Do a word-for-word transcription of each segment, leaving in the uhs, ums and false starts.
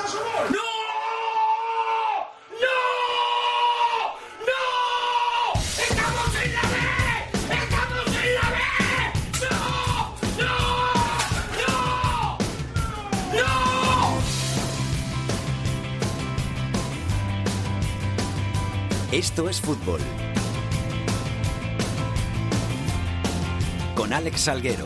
¡No! ¡No! ¡No! ¡Estamos en la B! ¡Estamos en la B! ¡No! ¡No! ¡No! ¡No! Esto es fútbol. Con Alex Salguero.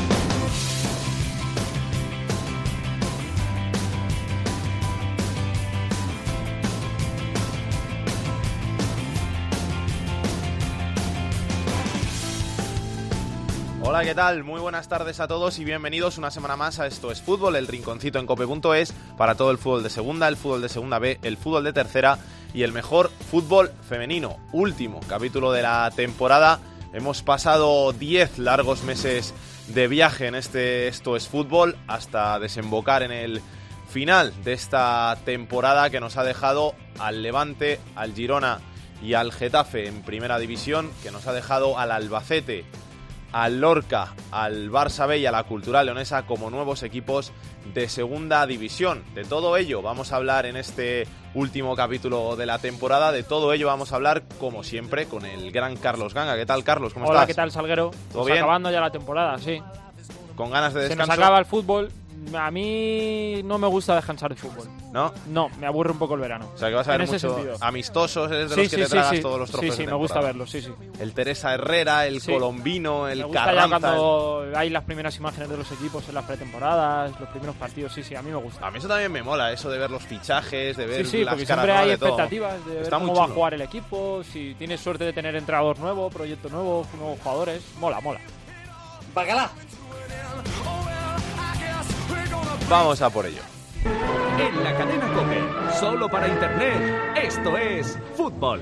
Hola, ¿qué tal? Muy buenas tardes a todos y bienvenidos una semana más a Esto es Fútbol, el rinconcito en cope punto es para todo el fútbol de segunda, el fútbol de segunda B, el fútbol de tercera y el mejor fútbol femenino. Último capítulo de la temporada. Hemos pasado diez largos meses de viaje en este Esto es Fútbol hasta desembocar en el final de esta temporada que nos ha dejado al Levante, al Girona y al Getafe en primera división, que nos ha dejado al Albacete, al Lorca, al Barça B y a la Cultural Leonesa como nuevos equipos de segunda división. De todo ello vamos a hablar en este último capítulo de la temporada. De todo ello vamos a hablar, como siempre, con el gran Carlos Ganga. ¿Qué tal, Carlos? ¿Cómo Hola, estás? ¿qué tal, Salguero? ¿Todo Pues bien? acabando ya la temporada, sí. ¿Con ganas de descanso? Se nos acaba el fútbol. A mí no me gusta descansar el fútbol. ¿No? No, me aburre un poco el verano. O sea, que vas a ver En ese mucho sentido. amistosos, eres de Sí, los que sí, te sí, tragas sí. todos los trofeos Sí, sí, de me gusta temporada. verlo, sí, sí. El Teresa Herrera, el Sí. Colombino, el Me gusta Carranza. ya cuando hay las primeras imágenes de los equipos en las pretemporadas, los primeros partidos, sí, sí, a mí me gusta. A mí eso también me mola, eso de ver los fichajes, de ver Sí, sí, las porque caras siempre nuevas hay de todo. expectativas de ver Está muy cómo va a chulo. jugar el equipo, si tienes suerte de tener entrenador nuevo, proyecto nuevo, nuevos jugadores. Mola, mola. ¡Bacalá! Vamos a por ello. En la cadena COPE, solo para internet, esto es fútbol.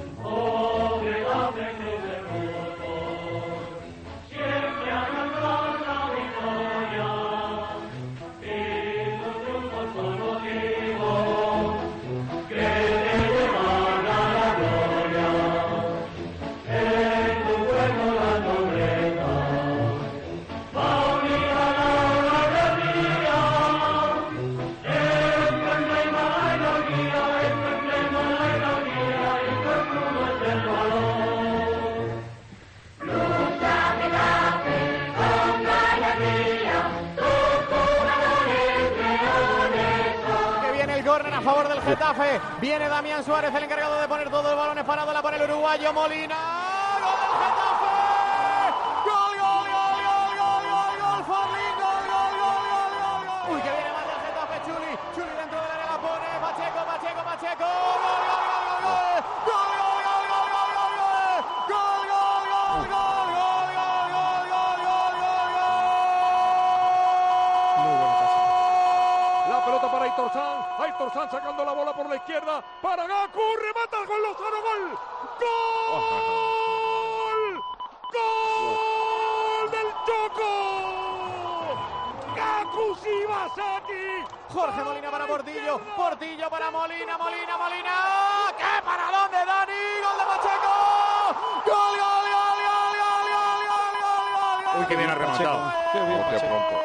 Que viene el córner a favor del Getafe. Viene Damián Suárez, el encargado de poner todos los balones parados. La pone el uruguayo Molina. ¡Gol del Getafe! ¡Gol, gol, gol, gol, gol, gol, gol! Forlín, gol, gol, gol, gol, gol, gol! ¡Uy, que viene más del Getafe! Chuli, Chuli dentro del área la pone. Pacheco, Pacheco, Pacheco. ¡Gol, gol, gol, gol, gol! ¡Gol, gol, gol, gol, gol, gol, gol! ¡Gol, gol, gol, gol, gol, gol, gol, gol, gol, gol, gol! La pelota para Aitor Sanz. Aitor Sanz sacando la bola por la izquierda. Para Gaku. Remata con Lozano. Gol. Gol. Gol del Choco. Gaku Shibasaki. Jorge Molina para Portillo, Portillo para Molina, Molina, Molina. ¡Qué paradón de Dani! ¡Gol de Pacheco! ¡Gol, gol, gol, gol, gol, gol, gol, gol, gol, gol! Uy, qué bien ha rematado. ¡Qué bien, Oh, qué pronto.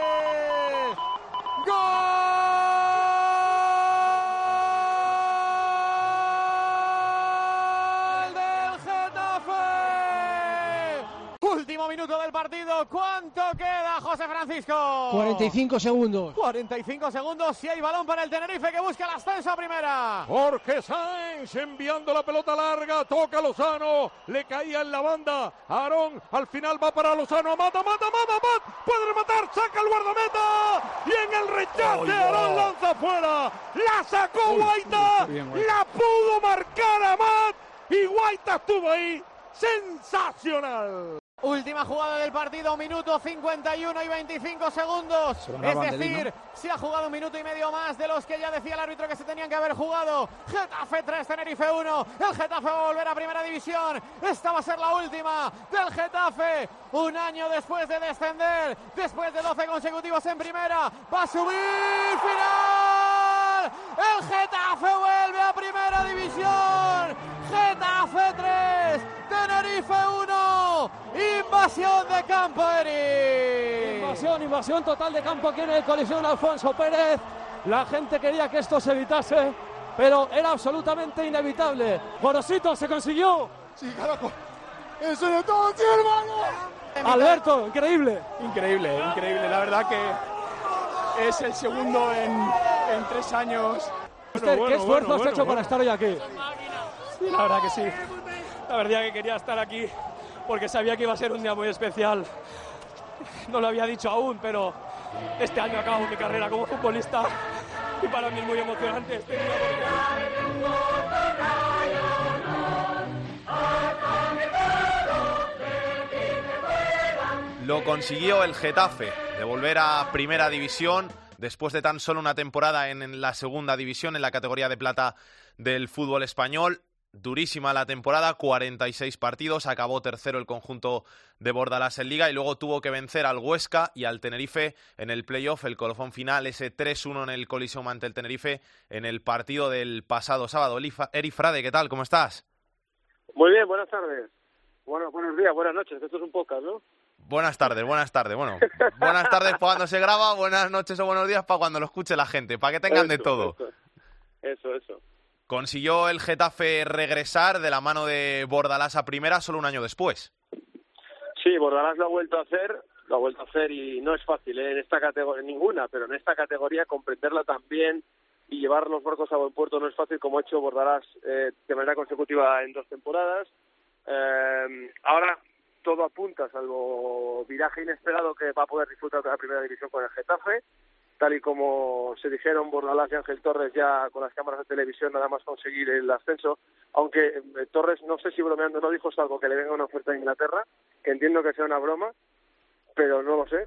¡Gol del Getafe! Último minuto del partido. ¿Cuánto queda, José Francisco? cuarenta y cinco segundos. cuarenta y cinco segundos. Si hay balón para el Tenerife que busca el ascenso a primera. Jorge Sáenz enviando la pelota larga, toca Lozano, le caía en la banda, Aarón al final va para Lozano, mata, mata, mata, mata, puede rematar, saca el guardameta y en el rechace Aarón lanza fuera, la sacó Guaita, la pudo marcar Amat y Guaita estuvo ahí, sensacional. Última jugada del partido, minuto cincuenta y uno y veinticinco segundos. Es decir, se ha jugado un minuto y medio más de los que ya decía el árbitro que se tenían que haber jugado. Getafe tres, Tenerife uno. El Getafe va a volver a primera división. Esta va a ser la última del Getafe. Un año después de descender, después de doce consecutivos en primera, va a subir. ¡Final! El Getafe vuelve a primera división. Getafe tres, Tenerife uno. Invasión de campo, Eri. Invasión, invasión total de campo aquí en el Coliseo Alfonso Pérez. La gente quería que esto se evitase, pero era absolutamente inevitable. Gorosito, se consiguió. Sí, carajo. Eso de todo, sí, hermano. Alberto, increíble. Increíble, increíble. La verdad que es el segundo en, en tres años. Mister, ¿qué esfuerzo bueno, has bueno, hecho bueno. para estar hoy aquí? Sí, la verdad que sí. La verdad que quería estar aquí porque sabía que iba a ser un día muy especial. No lo había dicho aún, pero este año acabo mi carrera como futbolista y para mí es muy emocionante este día porque... Lo consiguió el Getafe, de volver a Primera División después de tan solo una temporada en, en la Segunda División, en la categoría de plata del fútbol español. Durísima la temporada, cuarenta y seis partidos, acabó tercero el conjunto de Bordalás en Liga y luego tuvo que vencer al Huesca y al Tenerife en el playoff, el colofón final, ese tres uno en el Coliseum ante el Tenerife en el partido del pasado sábado. Eri Frade, ¿qué tal? ¿Cómo estás? Muy bien, buenas tardes. Bueno, buenos días, buenas noches, esto es un podcast, ¿no? Buenas tardes, buenas tardes. Bueno, buenas tardes para cuando se graba, buenas noches o buenos días para cuando lo escuche la gente, para que tengan eso, de todo. Eso, eso. eso. Consiguió el Getafe regresar de la mano de Bordalás a Primera solo un año después. Sí, Bordalás lo ha vuelto a hacer, lo ha vuelto a hacer y no es fácil, ¿eh? en esta categoría, ninguna, pero en esta categoría comprenderla también y llevar los barcos a buen puerto no es fácil, como ha hecho Bordalás eh, de manera consecutiva en dos temporadas. Eh, ahora todo apunta, salvo viraje inesperado, que va a poder disfrutar de la Primera División con el Getafe. Tal y como se dijeron Bordalás y Ángel Torres ya con las cámaras de televisión, nada más conseguir el ascenso, aunque eh, Torres, no sé si bromeando, no dijo salvo que le venga una oferta de Inglaterra, que entiendo que sea una broma, pero no lo sé,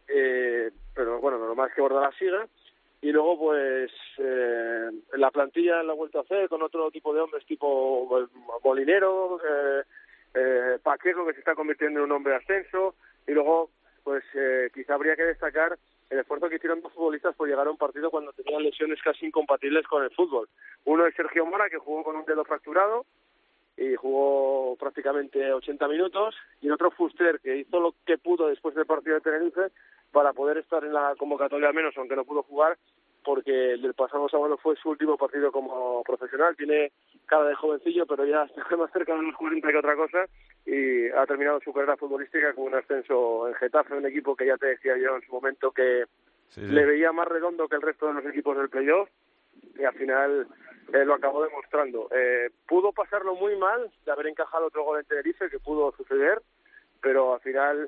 eh, pero bueno, lo normal es que Bordalás siga, y luego pues eh, la plantilla la ha vuelto a hacer con otro tipo de hombres, tipo Molinero, eh, eh, Pacheco, que se está convirtiendo en un hombre de ascenso, y luego pues eh, quizá habría que destacar el esfuerzo que hicieron dos futbolistas por llegar a un partido cuando tenían lesiones casi incompatibles con el fútbol. Uno es Sergio Mora, que jugó con un dedo fracturado y jugó prácticamente ochenta minutos, y el otro Fuster, que hizo lo que pudo después del partido de Tenerife para poder estar en la convocatoria al menos, aunque no pudo jugar, porque el del pasado sábado fue su último partido como profesional. Tiene cara de jovencillo, pero ya está más cerca de los cuarenta que otra cosa, y ha terminado su carrera futbolística con un ascenso en Getafe, un equipo que ya te decía yo en su momento que sí, sí. le veía más redondo que el resto de los equipos del playoff, y al final eh, lo acabó demostrando. Eh, pudo pasarlo muy mal de haber encajado otro gol en Tenerife, que pudo suceder, pero al final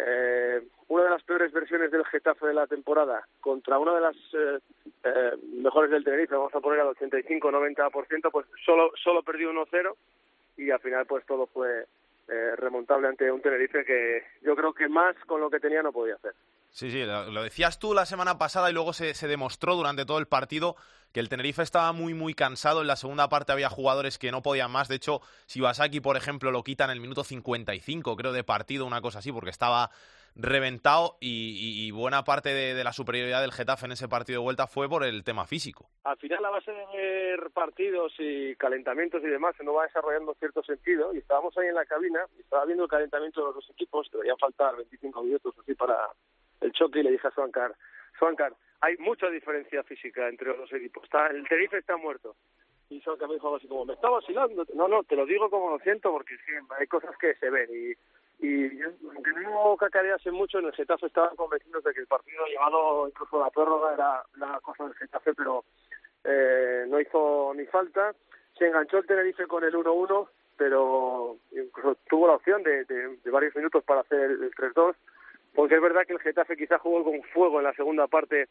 eh, una de las peores versiones del Getafe de la temporada contra una de las eh, eh, mejores del Tenerife, vamos a poner al ochenta y cinco noventa por ciento, pues solo solo perdió uno cero, y al final pues todo fue eh, remontable ante un Tenerife que yo creo que más con lo que tenía no podía hacer. Sí, sí, lo, lo decías tú la semana pasada y luego se, se demostró durante todo el partido que el Tenerife estaba muy, muy cansado. En la segunda parte había jugadores que no podían más. De hecho, Shibasaki, por ejemplo, lo quitan en el minuto cincuenta y cinco, creo, de partido, una cosa así, porque estaba reventado y, y, y buena parte de, de la superioridad del Getafe en ese partido de vuelta fue por el tema físico. Al final, a base de ver partidos y calentamientos y demás, se nos va desarrollando cierto sentido, y estábamos ahí en la cabina y estaba viendo el calentamiento de los dos equipos, que deberían faltar veinticinco minutos así para el choque, y le dije a Suancar, Suancar, hay mucha diferencia física entre los dos equipos. Está, el Tenerife está muerto. Y Suancar me dijo algo así como, me está vacilando. No, no, te lo digo como lo siento, porque sí, hay cosas que se ven. Y, y yo, aunque no cacarease mucho, en el Getafe estaban convencidos de que el partido llegado incluso a la prórroga era la cosa del Getafe, pero eh, no hizo ni falta. Se enganchó el Tenerife con el uno uno, pero incluso tuvo la opción de, de, de varios minutos para hacer el, el tres dos. Porque es verdad que el Getafe quizá jugó con fuego en la segunda parte,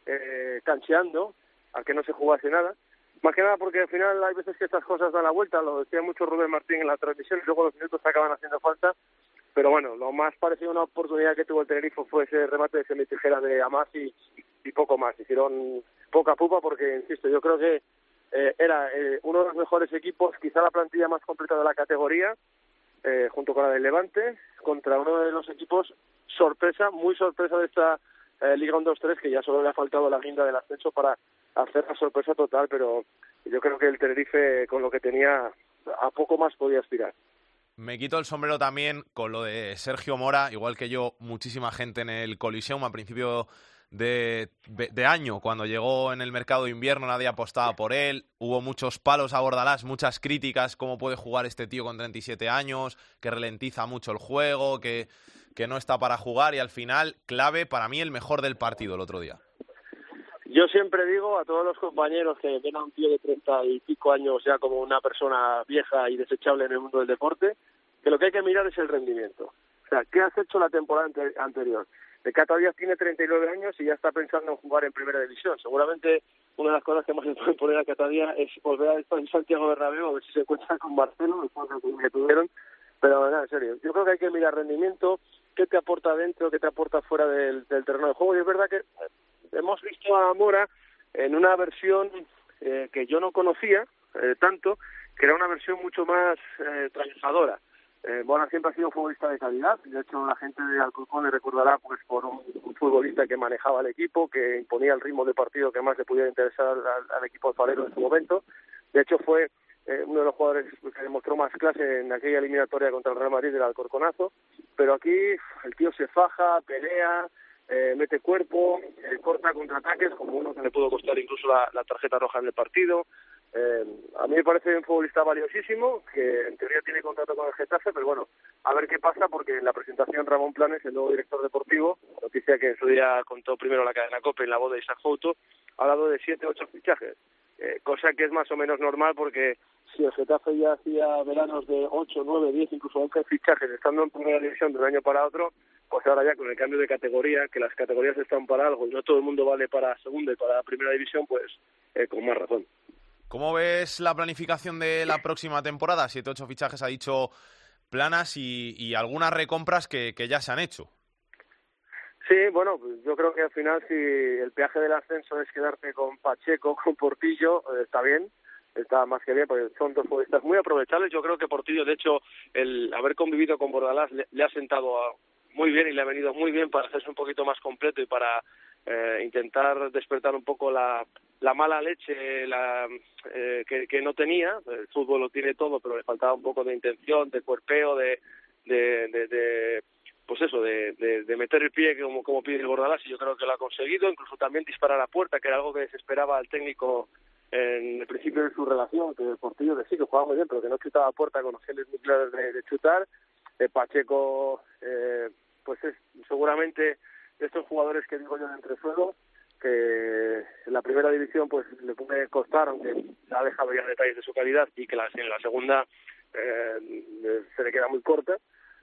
eh, cancheando, a que no se jugase nada. Más que nada porque al final hay veces que estas cosas dan la vuelta, lo decía mucho Rubén Martín en la transmisión, y luego los minutos acaban haciendo falta. Pero bueno, lo más parecido a una oportunidad que tuvo el Tenerife fue ese remate de semitijera de Amas y, y poco más. Hicieron poca pupa porque, insisto, yo creo que eh, era eh, uno de los mejores equipos, quizá la plantilla más completa de la categoría, eh, junto con la del Levante, contra uno de los equipos sorpresa, muy sorpresa de esta eh, Liga uno dos tres, que ya solo le ha faltado la guinda del ascenso para hacer la sorpresa total, pero yo creo que el Tenerife, con lo que tenía, a poco más podía aspirar. Me quito el sombrero también con lo de Sergio Mora, igual que yo, muchísima gente en el Coliseum a principio de, de año, cuando llegó en el mercado de invierno nadie apostaba por él, hubo muchos palos a Bordalás, muchas críticas, cómo puede jugar este tío con treinta y siete años, que ralentiza mucho el juego, que, que no está para jugar, y al final, clave, para mí el mejor del partido el otro día. Yo siempre digo a todos los compañeros que ven a un tío de treinta y pico años ya como una persona vieja y desechable en el mundo del deporte, que lo que hay que mirar es el rendimiento. O sea, ¿qué has hecho la temporada ante- anterior? De Cata Díaz tiene treinta y nueve años y ya está pensando en jugar en primera división. Seguramente una de las cosas que más le pueden poner a Cata Díaz es volver a estar en Santiago Bernabéu a ver si se encuentra con Marcelo, después de lo que tuvieron. Pero nada, en serio, yo creo que hay que mirar rendimiento, qué te aporta dentro, qué te aporta fuera del, del terreno de juego. Y es verdad que hemos visto a Mora en una versión eh, que yo no conocía eh, tanto, que era una versión mucho más eh, trabajadora. Eh, Mora siempre ha sido un futbolista de calidad, de hecho la gente de Alcorcón le recordará pues por un, un futbolista que manejaba el equipo, que imponía el ritmo de partido que más le pudiera interesar al, al equipo alfarero en su momento. De hecho fue eh, uno de los jugadores que demostró más clase en aquella eliminatoria contra el Real Madrid del Alcorconazo, pero aquí el tío se faja, pelea, Eh, mete cuerpo, eh, corta contraataques, como uno que le pudo costar incluso la, la tarjeta roja en el partido. Eh, a mí me parece un futbolista valiosísimo, que en teoría tiene contrato con el Getafe, pero bueno, a ver qué pasa, porque en la presentación Ramón Planes, el nuevo director deportivo, noticia que en su día contó primero la cadena COPE en la voz de Isaac Fouto, ha hablado de siete ocho fichajes, eh, cosa que es más o menos normal, porque si el Getafe ya hacía veranos de ocho, nueve, diez, incluso once fichajes estando en primera división de un año para otro, pues ahora ya con el cambio de categoría, que las categorías están para algo y no todo el mundo vale para segunda y para primera división, pues eh, con más razón. ¿Cómo ves la planificación de la próxima temporada? Siete, ocho fichajes ha dicho Planas y, y algunas recompras que, que ya se han hecho. Sí, bueno, pues yo creo que al final si el peaje del ascenso es quedarte con Pacheco, con Portillo, eh, está bien, está más que bien, porque son dos futbolistas muy aprovechables. Yo creo que Portillo, de hecho, el haber convivido con Bordalás le, le ha sentado a, muy bien y le ha venido muy bien para hacerse un poquito más completo y para eh, intentar despertar un poco la, la mala leche la, eh, que, que no tenía. El fútbol lo tiene todo, pero le faltaba un poco de intención, de cuerpeo, de, de, de, de pues eso, de, de, de meter el pie como, como pide el Bordalás, y yo creo que lo ha conseguido. Incluso también disparar a puerta, que era algo que desesperaba al técnico en el principio de su relación, que el Portillo que sí, que jugaba muy bien, pero que no chutaba a puerta con opciones muy claras de, de chutar. Eh, Pacheco, eh, pues es seguramente de estos jugadores que digo yo de entresuelo, que en la primera división pues le puede costar, aunque ha dejado ya detalles de su calidad, y que la, en la segunda eh, se le queda muy corta.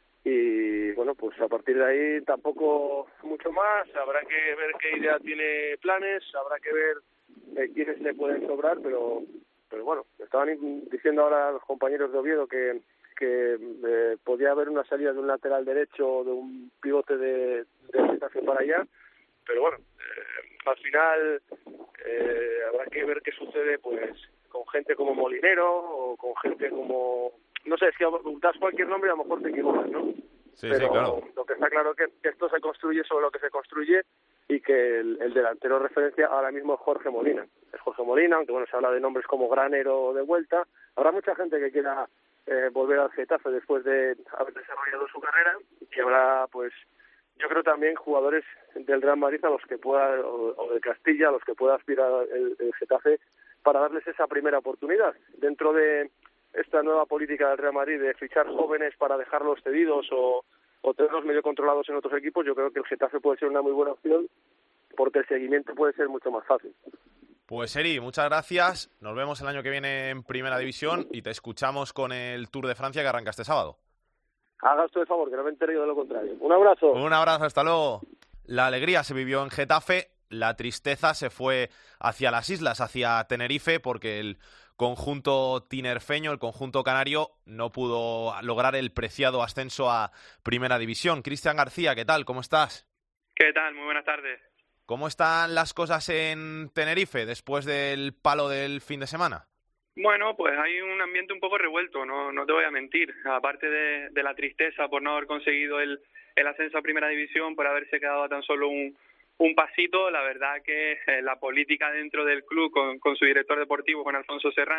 Y bueno, pues a partir de ahí tampoco mucho más, habrá que ver qué idea tiene Planes, habrá que ver eh, quiénes le pueden sobrar, pero pero bueno, estaban diciendo ahora los compañeros de Oviedo que que eh, podía haber una salida de un lateral derecho o de un pivote de, de Getafe para allá, pero bueno, eh, al final eh, habrá que ver qué sucede pues con gente como Molinero o con gente como, no sé, es que das cualquier nombre y a lo mejor te equivocas, ¿no? Sí, pero sí, claro. Lo que está claro es que, que esto se construye sobre lo que se construye, y que el, el delantero referencia ahora mismo es Jorge Molina. Es Jorge Molina, aunque bueno, se habla de nombres como Granero de vuelta. Habrá mucha gente que quiera eh, volver al Getafe después de haber desarrollado su carrera, y habrá, pues, yo creo también jugadores del Real Madrid a los que pueda, o, o de Castilla, a los que pueda aspirar el, el Getafe para darles esa primera oportunidad. Dentro de esta nueva política del Real Madrid de fichar jóvenes para dejarlos cedidos o, o tenerlos medio controlados en otros equipos, yo creo que el Getafe puede ser una muy buena opción, porque el seguimiento puede ser mucho más fácil. Pues Eri, muchas gracias. Nos vemos el año que viene en Primera División y te escuchamos con el Tour de Francia que arranca este sábado. Haga usted el favor, que no me entere yo de lo contrario. Un abrazo. Un abrazo, hasta luego. La alegría se vivió en Getafe, la tristeza se fue hacia las islas, hacia Tenerife, porque el conjunto tinerfeño, el conjunto canario, no pudo lograr el preciado ascenso a Primera División. Cristian García, ¿qué tal? ¿Cómo estás? ¿Qué tal? Muy buenas tardes. ¿Cómo están las cosas en Tenerife después del palo del fin de semana? Bueno, pues hay un ambiente un poco revuelto, no, no te voy a mentir. Aparte de, de la tristeza por no haber conseguido el, el ascenso a Primera División, por haberse quedado a tan solo un, un pasito, la verdad que eh, la política dentro del club con, con su director deportivo, con Alfonso Serrano,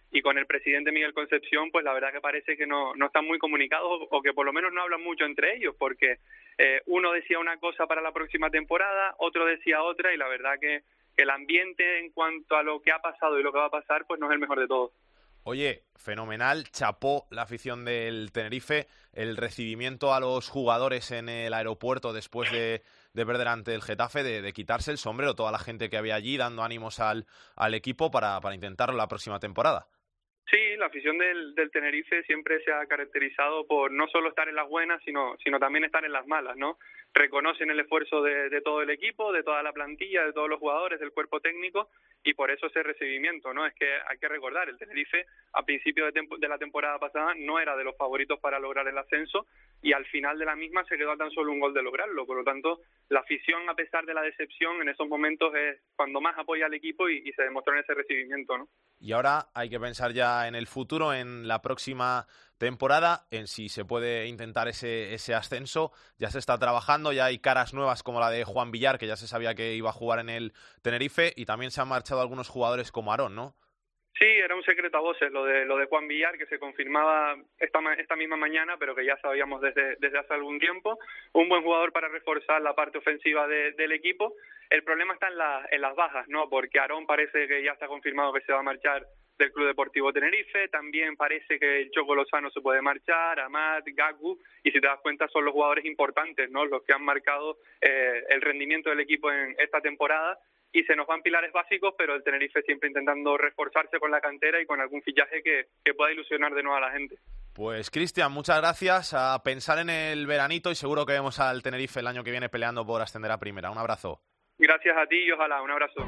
y con el presidente Miguel Concepción, pues la verdad que parece que no, no están muy comunicados o que por lo menos no hablan mucho entre ellos, porque eh, uno decía una cosa para la próxima temporada, otro decía otra, y la verdad que, que el ambiente en cuanto a lo que ha pasado y lo que va a pasar, pues no es el mejor de todos. Oye, fenomenal, chapó la afición del Tenerife, el recibimiento a los jugadores en el aeropuerto después de, de perder ante el Getafe, de, de quitarse el sombrero, toda la gente que había allí dando ánimos al, al equipo para, para intentarlo la próxima temporada. Sí, la afición del, del Tenerife siempre se ha caracterizado por no solo estar en las buenas, sino, sino también estar en las malas, ¿no? Reconocen el esfuerzo de, de todo el equipo, de toda la plantilla, de todos los jugadores, del cuerpo técnico, y por eso ese recibimiento, ¿no? Es que hay que recordar, el Tenerife a principio de, tempo, de la temporada pasada no era de los favoritos para lograr el ascenso, y al final de la misma se quedó a tan solo un gol de lograrlo. Por lo tanto, la afición, a pesar de la decepción, en esos momentos es cuando más apoya al equipo y, y se demostró en ese recibimiento, ¿no? Y ahora hay que pensar ya en el futuro, en la próxima temporada, en si se puede intentar ese, ese ascenso. Ya se está trabajando, ya hay caras nuevas como la de Juan Villar, que ya se sabía que iba a jugar en el Tenerife, y también se han marchado algunos jugadores como Aarón, ¿no? Sí, era un secreto a voces lo de lo de Juan Villar, que se confirmaba esta esta misma mañana, pero que ya sabíamos desde desde hace algún tiempo. Un buen jugador para reforzar la parte ofensiva de, del equipo. El problema está en, la, en las bajas, ¿no? Porque Aarón parece que ya está confirmado que se va a marchar del Club Deportivo Tenerife. También parece que el Choco Lozano se puede marchar, Amat, Gaku, y si te das cuenta son los jugadores importantes, ¿no? Los que han marcado eh, el rendimiento del equipo en esta temporada. Y se nos van pilares básicos, pero el Tenerife siempre intentando reforzarse con la cantera y con algún fichaje que, que pueda ilusionar de nuevo a la gente. Pues Cristian, muchas gracias. A pensar en el veranito y seguro que vemos al Tenerife el año que viene peleando por ascender a primera. Un abrazo. Gracias a ti y ojalá. Un abrazo.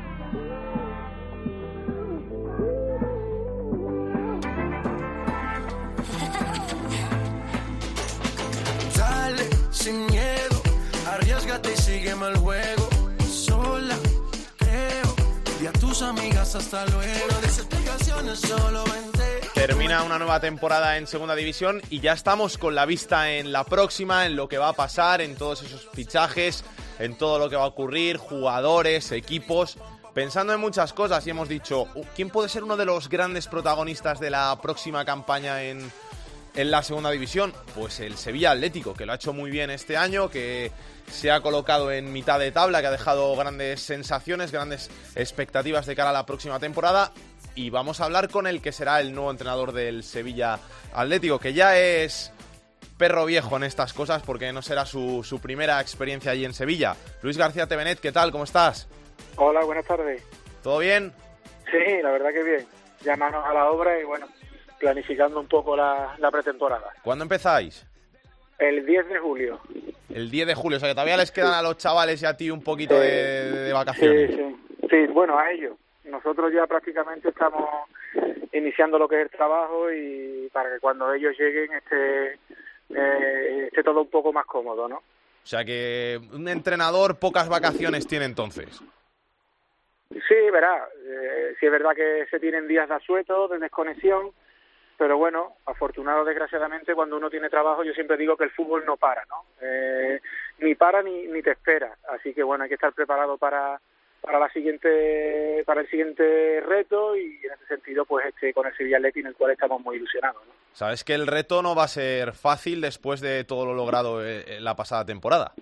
Dale, sin miedo, arriésgate y sígueme el juego. Sola, creo, y a tus amigas hasta luego. No des explicaciones, solo vente. Termina una nueva temporada en Segunda División y ya estamos con la vista en la próxima, en lo que va a pasar, en todos esos fichajes, en todo lo que va a ocurrir, jugadores, equipos, pensando en muchas cosas, y hemos dicho, ¿quién puede ser uno de los grandes protagonistas de la próxima campaña en, en la Segunda División? Pues el Sevilla Atlético, que lo ha hecho muy bien este año, que se ha colocado en mitad de tabla, que ha dejado grandes sensaciones, grandes expectativas de cara a la próxima temporada. Y vamos a hablar con el que será el nuevo entrenador del Sevilla Atlético, que ya es perro viejo en estas cosas porque no será su, su primera experiencia allí en Sevilla. Luis García Tevenet, ¿qué tal? ¿Cómo estás? Hola, buenas tardes. ¿Todo bien? Sí, la verdad que bien. Ya manos a la obra y bueno, planificando un poco la, la pretemporada. ¿Cuándo empezáis? El diez de julio. El diez de julio, o sea que todavía les quedan a los chavales y a ti un poquito de, de, de vacaciones. Sí, sí, sí, bueno, a ellos. Nosotros ya prácticamente estamos iniciando lo que es el trabajo y para que cuando ellos lleguen esté, eh, esté todo un poco más cómodo, ¿no? O sea que un entrenador pocas vacaciones tiene entonces. Sí, verá, eh, sí es verdad que se tienen días de asueto, de desconexión, pero bueno, afortunado desgraciadamente cuando uno tiene trabajo yo siempre digo que el fútbol no para, ¿no? Eh, ni para ni, ni te espera, así que bueno, hay que estar preparado para para la siguiente para el siguiente reto y en ese sentido pues este con el Sevilla Athletic en el cual estamos muy ilusionados, ¿no? Sabes que el reto no va a ser fácil después de todo lo logrado en la pasada temporada.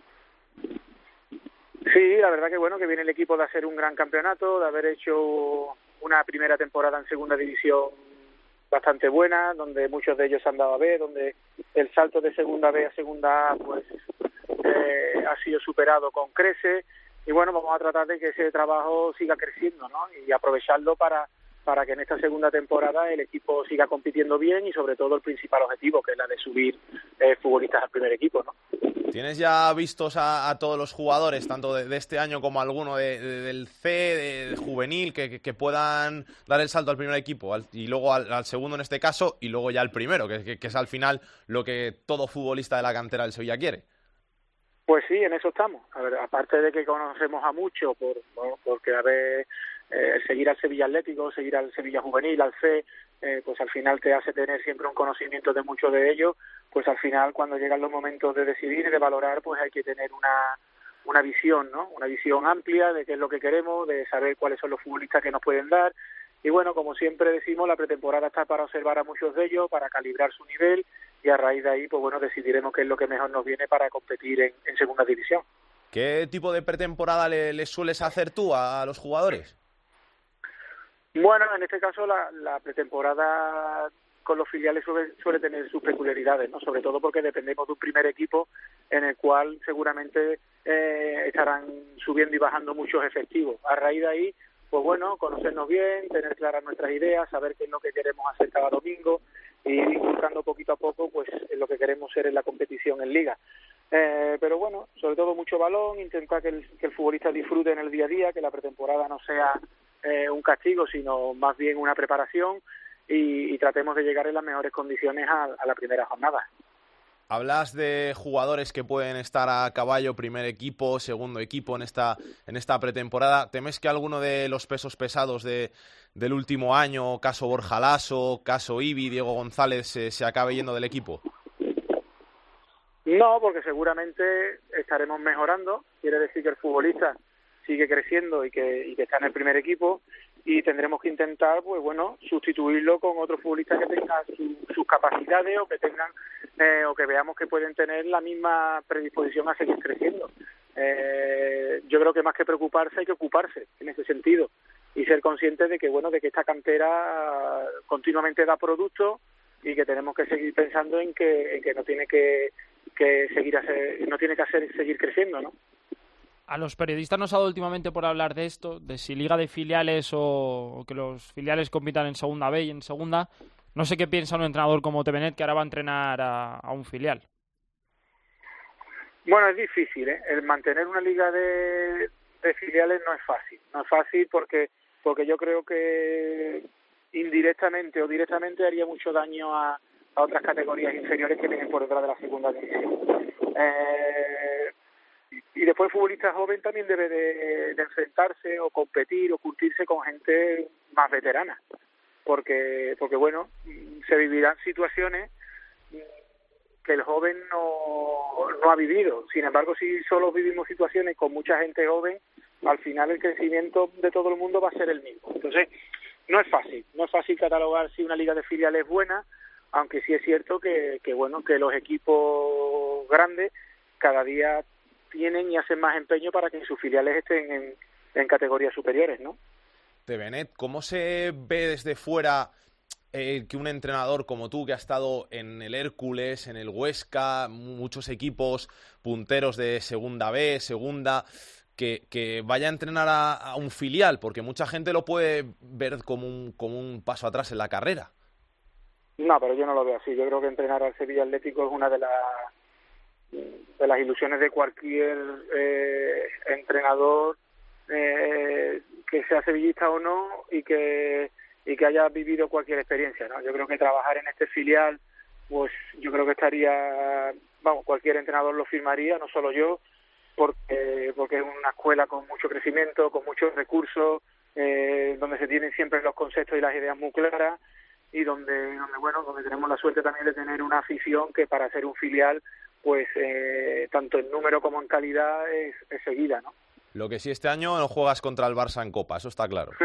Sí, la verdad que bueno, que viene el equipo de hacer un gran campeonato, de haber hecho una primera temporada en segunda división bastante buena, donde muchos de ellos han dado a B, donde el salto de segunda B a segunda A pues eh, ha sido superado con creces. Y bueno, vamos a tratar de que ese trabajo siga creciendo, ¿no? Y aprovecharlo para, para que en esta segunda temporada el equipo siga compitiendo bien y sobre todo el principal objetivo, que es la de subir eh, futbolistas al primer equipo, ¿no? ¿Tienes ya vistos a, a todos los jugadores, tanto de, de este año como alguno de, de, del C, de, de juvenil, que, que puedan dar el salto al primer equipo al, y luego al, al segundo en este caso y luego ya al primero, que, que, que es al final lo que todo futbolista de la cantera del Sevilla quiere? Pues sí, en eso estamos. A ver, aparte de que conocemos a muchos, por, bueno, porque a ver, eh, seguir al Sevilla Atlético, seguir al Sevilla Juvenil, al C, eh, pues al final te hace tener siempre un conocimiento de muchos de ellos, pues al final cuando llegan los momentos de decidir y de valorar, pues hay que tener una una visión, ¿no? Una visión amplia de qué es lo que queremos, de saber cuáles son los futbolistas que nos pueden dar y bueno, como siempre decimos, la pretemporada está para observar a muchos de ellos, para calibrar su nivel, y a raíz de ahí, pues bueno, decidiremos qué es lo que mejor nos viene para competir en, en segunda división. ¿Qué tipo de pretemporada le, le sueles hacer tú a, a los jugadores? Bueno, en este caso la, la pretemporada con los filiales suele, suele tener sus peculiaridades, ¿no? Sobre todo porque dependemos de un primer equipo en el cual seguramente eh, estarán subiendo y bajando muchos efectivos. A raíz de ahí, pues bueno, conocernos bien, tener claras nuestras ideas, saber qué es lo que queremos hacer cada domingo y ir inculcando poquito a poco pues en lo que queremos ser en la competición en liga. Eh, pero bueno, sobre todo mucho balón, intentar que el, que el futbolista disfrute en el día a día, que la pretemporada no sea eh, un castigo, sino más bien una preparación y, y tratemos de llegar en las mejores condiciones a, a la primera jornada. Hablas de jugadores que pueden estar a caballo, primer equipo, segundo equipo en esta en esta pretemporada. ¿Temes que alguno de los pesos pesados de, del último año, caso Borja Laso, caso Ibi, Diego González, eh, se acabe yendo del equipo? No, porque seguramente estaremos mejorando. Quiere decir que el futbolista sigue creciendo y que, y que está en el primer equipo, y tendremos que intentar, pues bueno, sustituirlo con otros futbolistas que tengan su, sus capacidades o que tengan eh, o que veamos que pueden tener la misma predisposición a seguir creciendo. Eh, yo creo que más que preocuparse hay que ocuparse en ese sentido y ser conscientes de que bueno, de que esta cantera continuamente da productos y que tenemos que seguir pensando en que, en que no tiene que, que seguir hacer, no tiene que hacer seguir creciendo, ¿no? A los periodistas nos ha dado últimamente por hablar de esto, de si liga de filiales o, o que los filiales compitan en segunda B y en segunda. No sé qué piensa un entrenador como Tevenet, que ahora va a entrenar a, a un filial. Bueno, es difícil, ¿eh? El mantener una liga de, de filiales no es fácil. No es fácil porque porque yo creo que indirectamente o directamente haría mucho daño a, a otras categorías inferiores que vienen por detrás de la segunda división. Eh... Y después el futbolista joven también debe de, de enfrentarse o competir o curtirse con gente más veterana, porque porque bueno, se vivirán situaciones que el joven no, no ha vivido. Sin embargo, si solo vivimos situaciones con mucha gente joven, al final el crecimiento de todo el mundo va a ser el mismo. Entonces, no es fácil, no es fácil catalogar si una liga de filiales es buena, aunque sí es cierto que, que bueno, que los equipos grandes cada día tienen y hacen más empeño para que sus filiales estén en, en categorías superiores, ¿no? Tevenet, ¿cómo se ve desde fuera eh, que un entrenador como tú, que ha estado en el Hércules, en el Huesca, muchos equipos punteros de segunda B, segunda, que, que vaya a entrenar a, a un filial? Porque mucha gente lo puede ver como un, como un paso atrás en la carrera. No, pero yo no lo veo así. Yo creo que entrenar al Sevilla Atlético es una de las de las ilusiones de cualquier eh, entrenador, eh, que sea sevillista o no, y que y que haya vivido cualquier experiencia, ¿no? Yo creo que trabajar en este filial, pues yo creo que estaría, vamos, cualquier entrenador lo firmaría, no solo yo, porque porque es una escuela con mucho crecimiento, con muchos recursos, eh, donde se tienen siempre los conceptos y las ideas muy claras, y donde donde bueno, donde tenemos la suerte también de tener una afición que para ser un filial pues eh, tanto en número como en calidad es, es seguida, ¿no? Lo que sí, este año no juegas contra el Barça en Copa, eso está claro.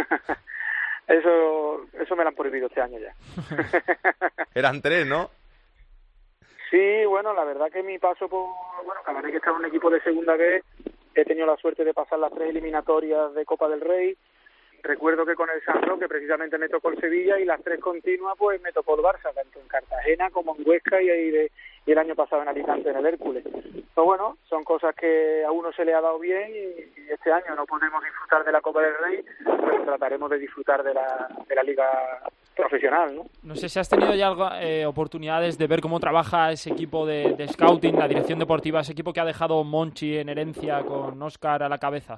eso eso me lo han prohibido este año ya. Eran tres, ¿no? Sí, bueno, la verdad que mi paso por, bueno, cada vez que estaba en un equipo de segunda B, he tenido la suerte de pasar las tres eliminatorias de Copa del Rey. Recuerdo que con el San Roque precisamente me tocó el Sevilla, y las tres continuas pues me tocó el Barça, tanto en Cartagena como en Huesca y ahí de, y el año pasado en Alicante en el Hércules. Pero bueno, son cosas que a uno se le ha dado bien, y, y este año no podemos disfrutar de la Copa del Rey, pero trataremos de disfrutar de la, de la liga profesional, ¿no? No sé si has tenido ya algo, eh, oportunidades de ver cómo trabaja ese equipo de, de scouting, la dirección deportiva, ese equipo que ha dejado Monchi en herencia con Óscar a la cabeza.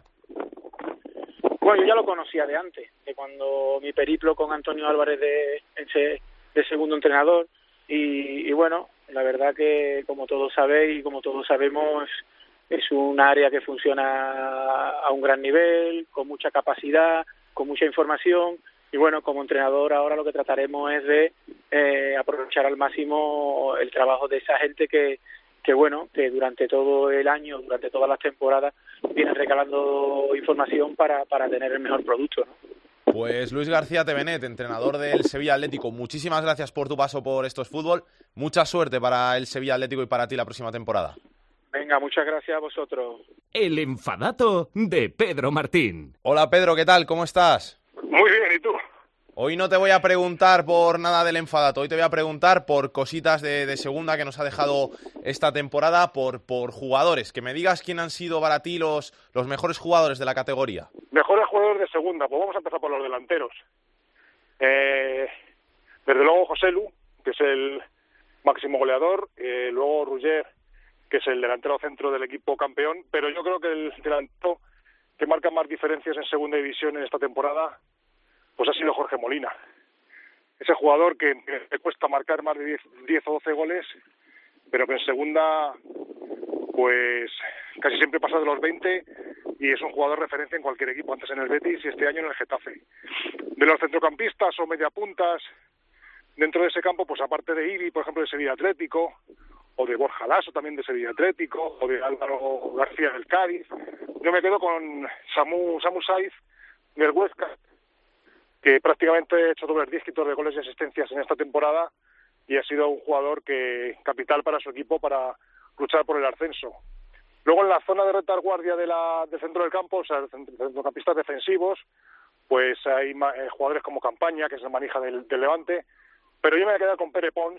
Bueno, yo ya lo conocía de antes, de cuando mi periplo con Antonio Álvarez de, de, de segundo entrenador, y, y bueno, la verdad que como todos sabéis y como todos sabemos, es un área que funciona a un gran nivel, con mucha capacidad, con mucha información, y bueno, como entrenador ahora lo que trataremos es de eh, aprovechar al máximo el trabajo de esa gente que que bueno, que durante todo el año, durante todas las temporadas, viene recalando información para, para tener el mejor producto, ¿no? Pues Luis García Tevenet, entrenador del Sevilla Atlético, muchísimas gracias por tu paso por Esto es Fútbol. Mucha suerte para el Sevilla Atlético y para ti la próxima temporada. Venga, muchas gracias a vosotros. El enfadato de Pedro Martín. Hola Pedro, ¿qué tal? ¿Cómo estás? Muy bien, ¿y tú? Hoy no te voy a preguntar por nada del enfadato, hoy te voy a preguntar por cositas de, de segunda que nos ha dejado esta temporada, por, por jugadores. Que me digas quién han sido para ti los, los mejores jugadores de la categoría. Mejores jugadores de segunda, pues vamos a empezar por los delanteros. Eh, desde luego José Lu, que es el máximo goleador, eh, luego Ruller, que es el delantero centro del equipo campeón, pero yo creo que el delantero que marca más diferencias en segunda división en esta temporada pues ha sido Jorge Molina. Ese jugador que le cuesta marcar más de diez o doce goles, pero que en segunda pues casi siempre pasa de los veinte y es un jugador referencia en cualquier equipo, antes en el Betis y este año en el Getafe. De los centrocampistas o mediapuntas dentro de ese campo, pues aparte de Ibi, por ejemplo, de Sevilla Atlético, o de Borja Lasso también de Sevilla Atlético, o de Álvaro García del Cádiz, yo me quedo con Samu, Samu Saiz del Huesca, que prácticamente ha hecho dobles dígitos de goles y asistencias en esta temporada y ha sido un jugador que capital para su equipo para luchar por el ascenso. Luego en la zona de retaguardia de la, del centro del campo, o sea, centrocampistas defensivos, pues hay eh, jugadores como Campaña, que es la manija del, del Levante, pero yo me voy a quedar con Pere Pons,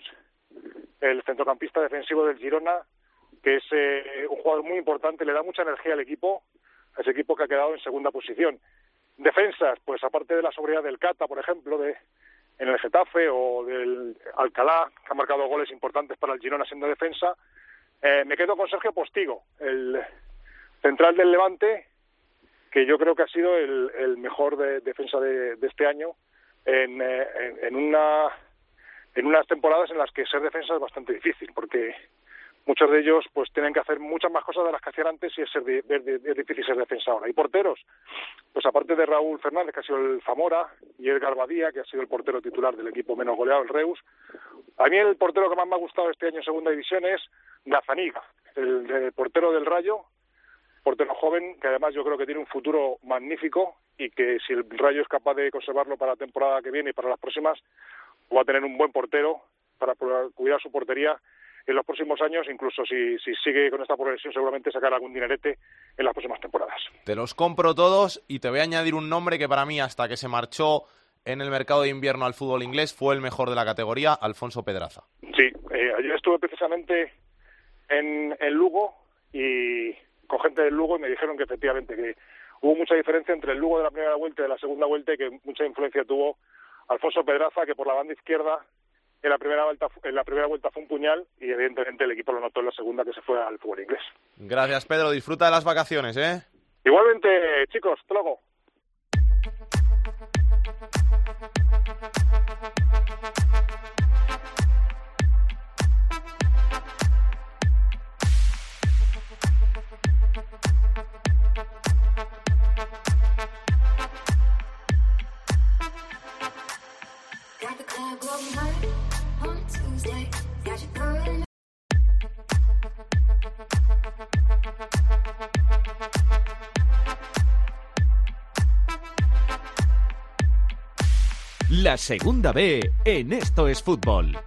el centrocampista defensivo del Girona, que es eh, un jugador muy importante, le da mucha energía al equipo, a ese equipo que ha quedado en segunda posición. Defensas, pues aparte de la sobriedad del Cata, por ejemplo, de en el Getafe, o del Alcalá, que ha marcado goles importantes para el Girona siendo defensa, eh, me quedo con Sergio Postigo, el central del Levante, que yo creo que ha sido el, el mejor de, defensa de, de este año, en, eh, en, en una en unas temporadas en las que ser defensa es bastante difícil, porque muchos de ellos pues tienen que hacer muchas más cosas de las que hacían antes y es, ser de, de, de, es difícil ser defensa ahora. Y porteros, pues aparte de Raúl Fernández, que ha sido el Zamora, y Edgar Badía, que ha sido el portero titular del equipo menos goleado, el Reus, a mí el portero que más me ha gustado este año en segunda división es Gazzaniga, el, el portero del Rayo, portero joven, que además yo creo que tiene un futuro magnífico y que si el Rayo es capaz de conservarlo para la temporada que viene y para las próximas, va a tener un buen portero para cuidar su portería en los próximos años, incluso si, si sigue con esta progresión seguramente sacar algún dinerete en las próximas temporadas. Te los compro todos y te voy a añadir un nombre que para mí, hasta que se marchó en el mercado de invierno al fútbol inglés, fue el mejor de la categoría, Alfonso Pedraza. Sí, eh, ayer estuve precisamente en, en Lugo y con gente del Lugo y me dijeron que efectivamente que hubo mucha diferencia entre el Lugo de la primera vuelta y de la segunda vuelta y que mucha influencia tuvo Alfonso Pedraza, que por la banda izquierda en la primera vuelta en la primera vuelta fue un puñal y evidentemente el equipo lo notó en la segunda, que se fue al fútbol inglés. Gracias, Pedro. Disfruta de las vacaciones, ¿eh? Igualmente, chicos. Hasta luego. La segunda B en Esto es Fútbol.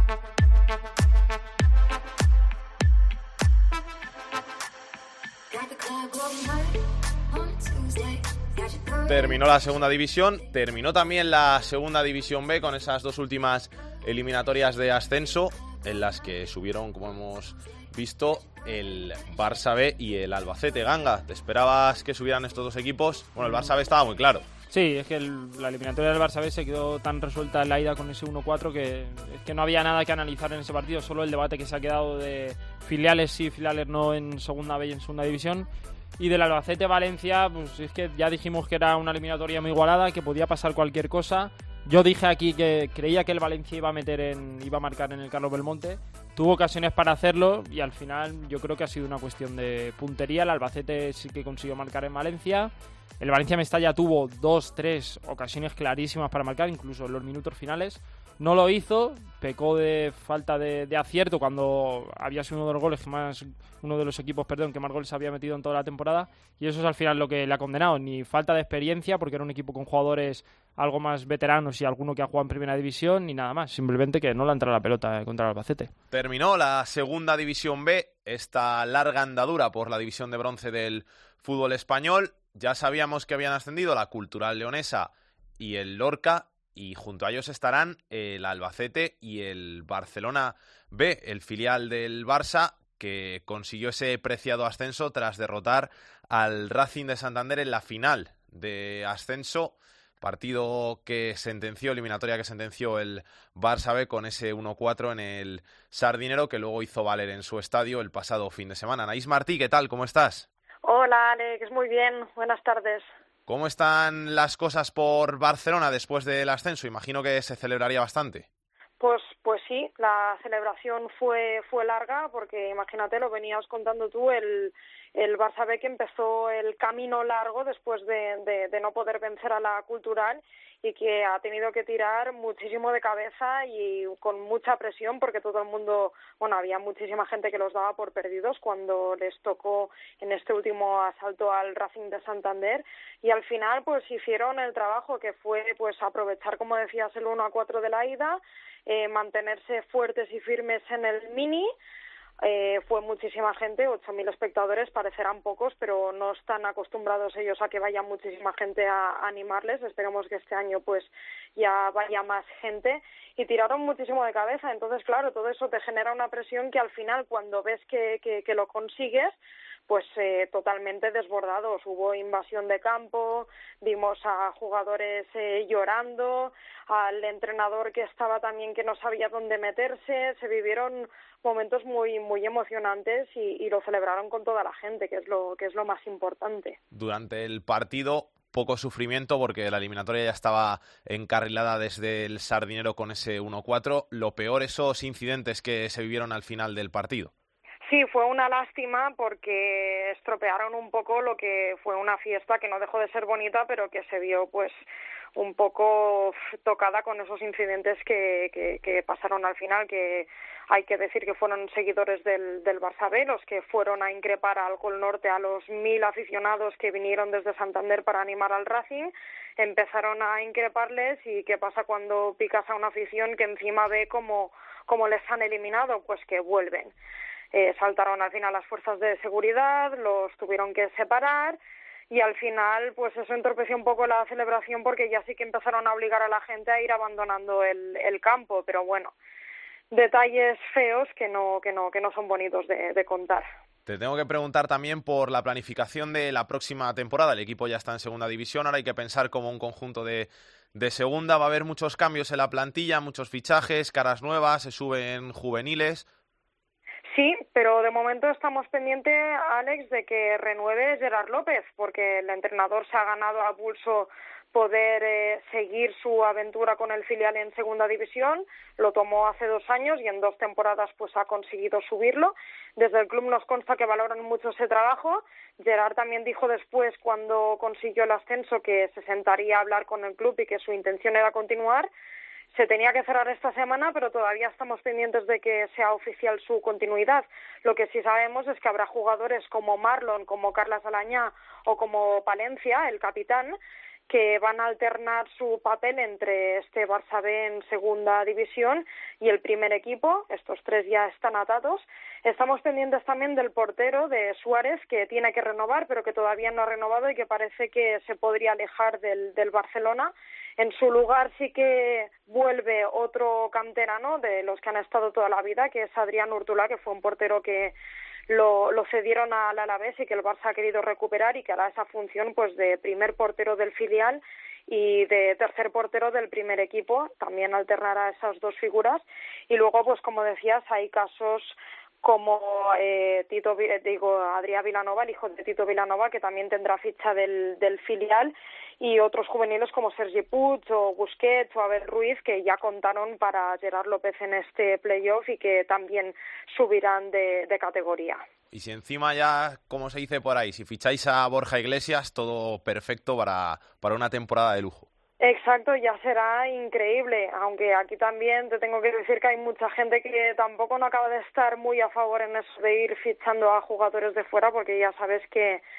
Terminó la segunda división, terminó también la segunda división B con esas dos últimas eliminatorias de ascenso en las que subieron, como hemos visto, el Barça B y el Albacete. Ganga, ¿te esperabas que subieran estos dos equipos? Bueno, el Barça B estaba muy claro. Sí, es que el, la eliminatoria del Barça B se quedó tan resuelta en la ida con ese uno cuatro que, es que no había nada que analizar en ese partido, solo el debate que se ha quedado de filiales sí, filiales no en segunda B y en segunda división. Y del Albacete-Valencia, pues es que ya dijimos que era una eliminatoria muy igualada, que podía pasar cualquier cosa. Yo dije aquí que creía que el Valencia iba a meter en, iba a marcar en el Carlos Belmonte. Tuvo ocasiones para hacerlo y al final yo creo que ha sido una cuestión de puntería. El Albacete sí que consiguió marcar en Valencia. El Valencia Mestalla tuvo dos, tres ocasiones clarísimas para marcar, incluso en los minutos finales. No lo hizo, pecó de falta de, de acierto cuando había sido uno de los goles que más, uno de los equipos, perdón, que más goles había metido en toda la temporada, y eso es al final lo que le ha condenado. Ni falta de experiencia, porque era un equipo con jugadores algo más veteranos y alguno que ha jugado en primera división y nada más, simplemente que no le ha entrado la pelota contra el Albacete. Terminó la segunda división B, esta larga andadura por la división de bronce del fútbol español. Ya sabíamos que habían ascendido la Cultural Leonesa y el Lorca, y junto a ellos estarán el Albacete y el Barcelona B, el filial del Barça, que consiguió ese preciado ascenso tras derrotar al Racing de Santander en la final de ascenso, partido que sentenció, eliminatoria que sentenció el Barça B con ese uno cuatro en el Sardinero, que luego hizo valer en su estadio el pasado fin de semana. Anaís Martí, ¿qué tal? ¿Cómo estás? Hola, Alex, muy bien, buenas tardes. ¿Cómo están las cosas por Barcelona después del ascenso? Imagino que se celebraría bastante. Pues, pues sí, la celebración fue fue larga porque, imagínate, lo venías contando tú, el, el Barça B que empezó el camino largo después de, de, de no poder vencer a la Cultural y que ha tenido que tirar muchísimo de cabeza y con mucha presión porque todo el mundo, bueno, había muchísima gente que los daba por perdidos cuando les tocó en este último asalto al Racing de Santander, y al final pues hicieron el trabajo que fue pues aprovechar, como decías, el uno a cuatro de la ida, eh, mantenerse fuertes y firmes en el mini. Eh, fue muchísima gente, ocho mil espectadores, parecerán pocos, pero no están acostumbrados ellos a que vaya muchísima gente a, a animarles. Esperemos que este año pues ya vaya más gente, y tiraron muchísimo de cabeza. Entonces, claro, todo eso te genera una presión que al final, cuando ves que, que, que lo consigues, pues eh, totalmente desbordados. Hubo invasión de campo, vimos a jugadores eh, llorando, al entrenador que estaba también que no sabía dónde meterse. Se vivieron momentos muy muy emocionantes y, y lo celebraron con toda la gente, que es lo que es lo más importante. Durante el partido, poco sufrimiento porque la eliminatoria ya estaba encarrilada desde el Sardinero con ese uno cuatro. Lo peor, esos incidentes que se vivieron al final del partido. Sí, fue una lástima porque estropearon un poco lo que fue una fiesta que no dejó de ser bonita, pero que se vio pues un poco tocada con esos incidentes que, que, que pasaron al final, que hay que decir que fueron seguidores del, del Barça B los que fueron a increpar al Alcohol Norte a los mil aficionados que vinieron desde Santander para animar al Racing. Empezaron a increparles, y ¿qué pasa cuando picas a una afición que encima ve cómo, cómo les han eliminado? Pues que vuelven. Eh, saltaron al final las fuerzas de seguridad, los tuvieron que separar, y al final pues eso entorpeció un poco la celebración porque ya sí que empezaron a obligar a la gente a ir abandonando el, el campo, pero bueno, detalles feos que no que no que no son bonitos de, de contar. Te tengo que preguntar también por la planificación de la próxima temporada. El equipo ya está en segunda división, ahora hay que pensar como un conjunto de, de segunda. Va a haber muchos cambios en la plantilla, muchos fichajes, caras nuevas, se suben juveniles. Sí, pero de momento estamos pendientes, Alex, de que renueve Gerard López, porque el entrenador se ha ganado a pulso poder eh, seguir su aventura con el filial en segunda división. Lo tomó hace dos años y en dos temporadas pues ha conseguido subirlo. Desde el club nos consta que valoran mucho ese trabajo. Gerard también dijo después, cuando consiguió el ascenso, que se sentaría a hablar con el club y que su intención era continuar. Se tenía que cerrar esta semana, pero todavía estamos pendientes de que sea oficial su continuidad. Lo que sí sabemos es que habrá jugadores como Marlon, como Carlas Alañá o como Palencia, el capitán, que van a alternar su papel entre este Barça B en segunda división y el primer equipo. Estos tres ya están atados. Estamos pendientes también del portero, de Suárez, que tiene que renovar, pero que todavía no ha renovado y que parece que se podría alejar del, del Barcelona. En su lugar sí que vuelve otro canterano de los que han estado toda la vida, que es Adrián Urtula, que fue un portero que lo, lo cedieron al Alavés y que el Barça ha querido recuperar, y que hará esa función pues de primer portero del filial y de tercer portero del primer equipo. También alternará esas dos figuras. Y luego, pues como decías, hay casos como eh, Tito, digo, Adrián Vilanova, el hijo de Tito Vilanova, que también tendrá ficha del, del filial, y otros juveniles como Sergi Puig o Busquets o Abel Ruiz, que ya contaron para Gerard López en este playoff y que también subirán de, de categoría. Y si encima ya, como se dice por ahí, si ficháis a Borja Iglesias, todo perfecto para, para una temporada de lujo. Exacto, ya será increíble, aunque aquí también te tengo que decir que hay mucha gente que tampoco no acaba de estar muy a favor en eso de ir fichando a jugadores de fuera, porque ya sabes que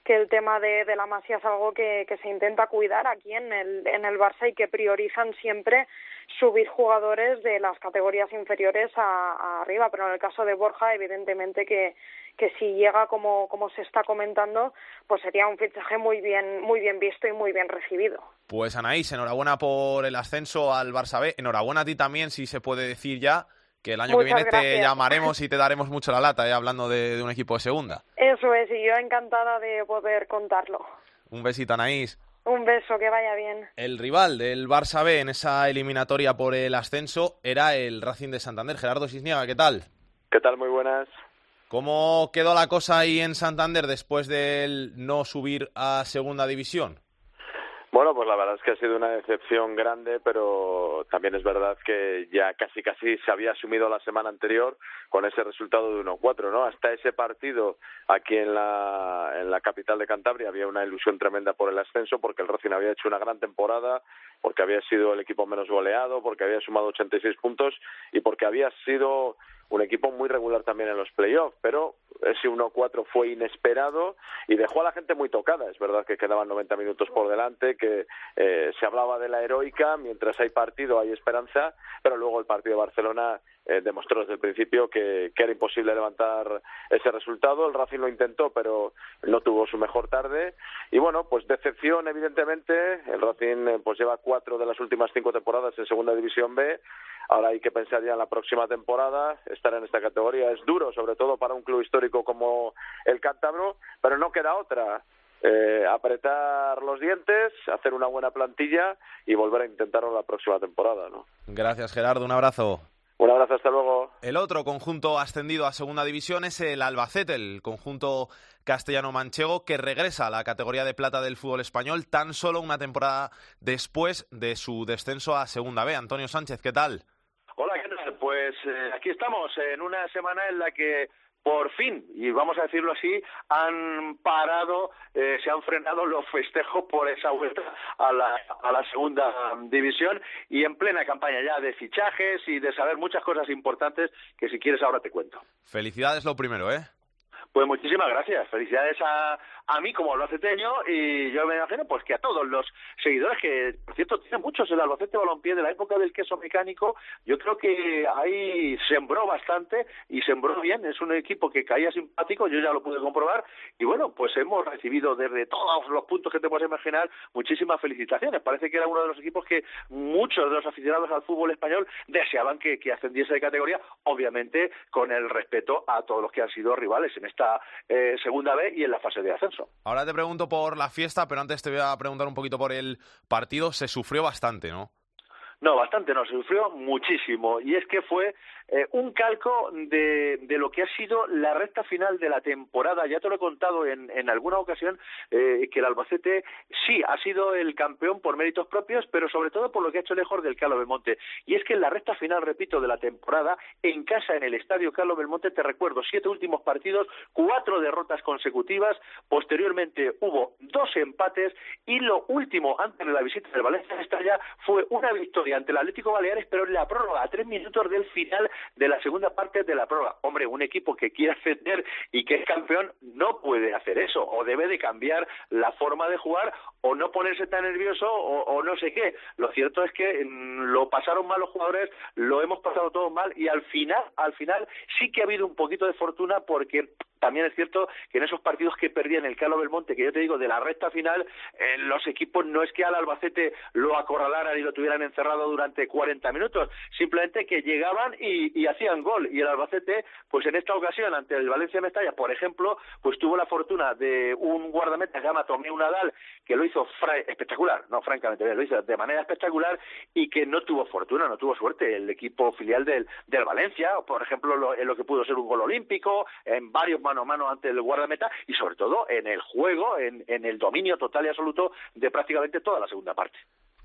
que el tema de, de la Masía es algo que, que se intenta cuidar aquí en el, en el Barça y que priorizan siempre subir jugadores de las categorías inferiores a, a arriba, pero en el caso de Borja, evidentemente que, que si llega como, como se está comentando, pues sería un fichaje muy bien, muy bien visto y muy bien recibido. Pues Anaís, enhorabuena por el ascenso al Barça B, enhorabuena a ti también, si se puede decir ya, que el año Muchas que viene gracias. te llamaremos y te daremos mucho la lata, eh, hablando de, de un equipo de segunda. Eso es, y yo encantada de poder contarlo. Un besito, Anaís. Un beso, que vaya bien. El rival del Barça B en esa eliminatoria por el ascenso era el Racing de Santander. Gerardo Cisniega, ¿qué tal? ¿Qué tal? Muy buenas. ¿Cómo quedó la cosa ahí en Santander después del no subir a segunda división? Bueno, pues la verdad es que ha sido una decepción grande, pero también es verdad que ya casi casi se había asumido la semana anterior con ese resultado de uno cuatro, ¿no? Hasta ese partido aquí en la, en la capital de Cantabria había una ilusión tremenda por el ascenso, porque el Racing había hecho una gran temporada, porque había sido el equipo menos goleado, porque había sumado ochenta y seis puntos y porque había sido un equipo muy regular también en los playoffs, pero ese uno cuatro fue inesperado y dejó a la gente muy tocada. Es verdad que quedaban noventa minutos por delante, que eh, se hablaba de la heroica, mientras hay partido hay esperanza, pero luego el partido de Barcelona eh, demostró desde el principio que, que era imposible levantar ese resultado. El Racing lo intentó, pero no tuvo su mejor tarde y bueno, pues decepción evidentemente. El Racing eh, pues lleva cuatro de las últimas cinco temporadas en Segunda División B. Ahora hay que pensar ya en la próxima temporada. Estar en esta categoría es duro, sobre todo para un club histórico como el cántabro, pero no queda otra. Eh, apretar los dientes, hacer una buena plantilla y volver a intentarlo la próxima temporada, ¿no? Gracias, Gerardo. Un abrazo. Un abrazo, hasta luego. El otro conjunto ascendido a segunda división es el Albacete, el conjunto castellano-manchego que regresa a la categoría de plata del fútbol español tan solo una temporada después de su descenso a segunda B. Antonio Sánchez, ¿qué tal? Hola, ¿qué tal? Pues eh, aquí estamos en una semana en la que por fin, y vamos a decirlo así, han parado, eh, se han frenado los festejos por esa vuelta a la, a la segunda división y en plena campaña ya de fichajes y de saber muchas cosas importantes que si quieres ahora te cuento. Felicidades lo primero, ¿eh? Pues muchísimas gracias, felicidades a, a mí como albaceteño y yo me imagino pues que a todos los seguidores que, por cierto, tienen muchos el Albacete Balompié de la época del queso mecánico. Yo creo que ahí sembró bastante y sembró bien, es un equipo que caía simpático, yo ya lo pude comprobar y bueno, pues hemos recibido desde todos los puntos que te puedes imaginar muchísimas felicitaciones. Parece que era uno de los equipos que muchos de los aficionados al fútbol español deseaban que, que ascendiese de categoría, obviamente con el respeto a todos los que han sido rivales en esta eh, segunda B y en la fase de ascenso. Ahora te pregunto por la fiesta, pero antes te voy a preguntar un poquito por el partido. Se sufrió bastante, ¿no? No, bastante no, se sufrió muchísimo y es que fue eh, un calco de, de lo que ha sido la recta final de la temporada. Ya te lo he contado en, en alguna ocasión eh, que el Albacete sí ha sido el campeón por méritos propios, pero sobre todo por lo que ha hecho lejos del Carlos Belmonte. Y es que en la recta final, repito, de la temporada, en casa en el estadio Carlos Belmonte, te recuerdo, siete últimos partidos, cuatro derrotas consecutivas, posteriormente hubo dos empates y lo último antes de la visita del Valencia Mestalla fue una victoria ante el Atlético Baleares, pero en la prórroga, a tres minutos del final de la segunda parte de la prórroga. Hombre, un equipo que quiere ascender y que es campeón no puede hacer eso, o debe de cambiar la forma de jugar, o no ponerse tan nervioso, o, o no sé qué. Lo cierto es que mmm, lo pasaron mal los jugadores, lo hemos pasado todos mal, y al final, al final sí que ha habido un poquito de fortuna, porque también es cierto que en esos partidos que perdían el Carlos Belmonte, que yo te digo, de la recta final, eh, los equipos no es que al Albacete lo acorralaran y lo tuvieran encerrado durante cuarenta minutos, simplemente que llegaban y, y hacían gol. Y el Albacete, pues en esta ocasión, ante el Valencia Mestalla, por ejemplo, pues tuvo la fortuna de un guardameta que se llama Tomeu Nadal, que lo hizo fra- espectacular, no, francamente, lo hizo de manera espectacular y que no tuvo fortuna, no tuvo suerte. El equipo filial del, del Valencia, por ejemplo, lo, en lo que pudo ser un gol olímpico, en varios mano a mano ante el guardameta y sobre todo en el juego, en, en el dominio total y absoluto de prácticamente toda la segunda parte.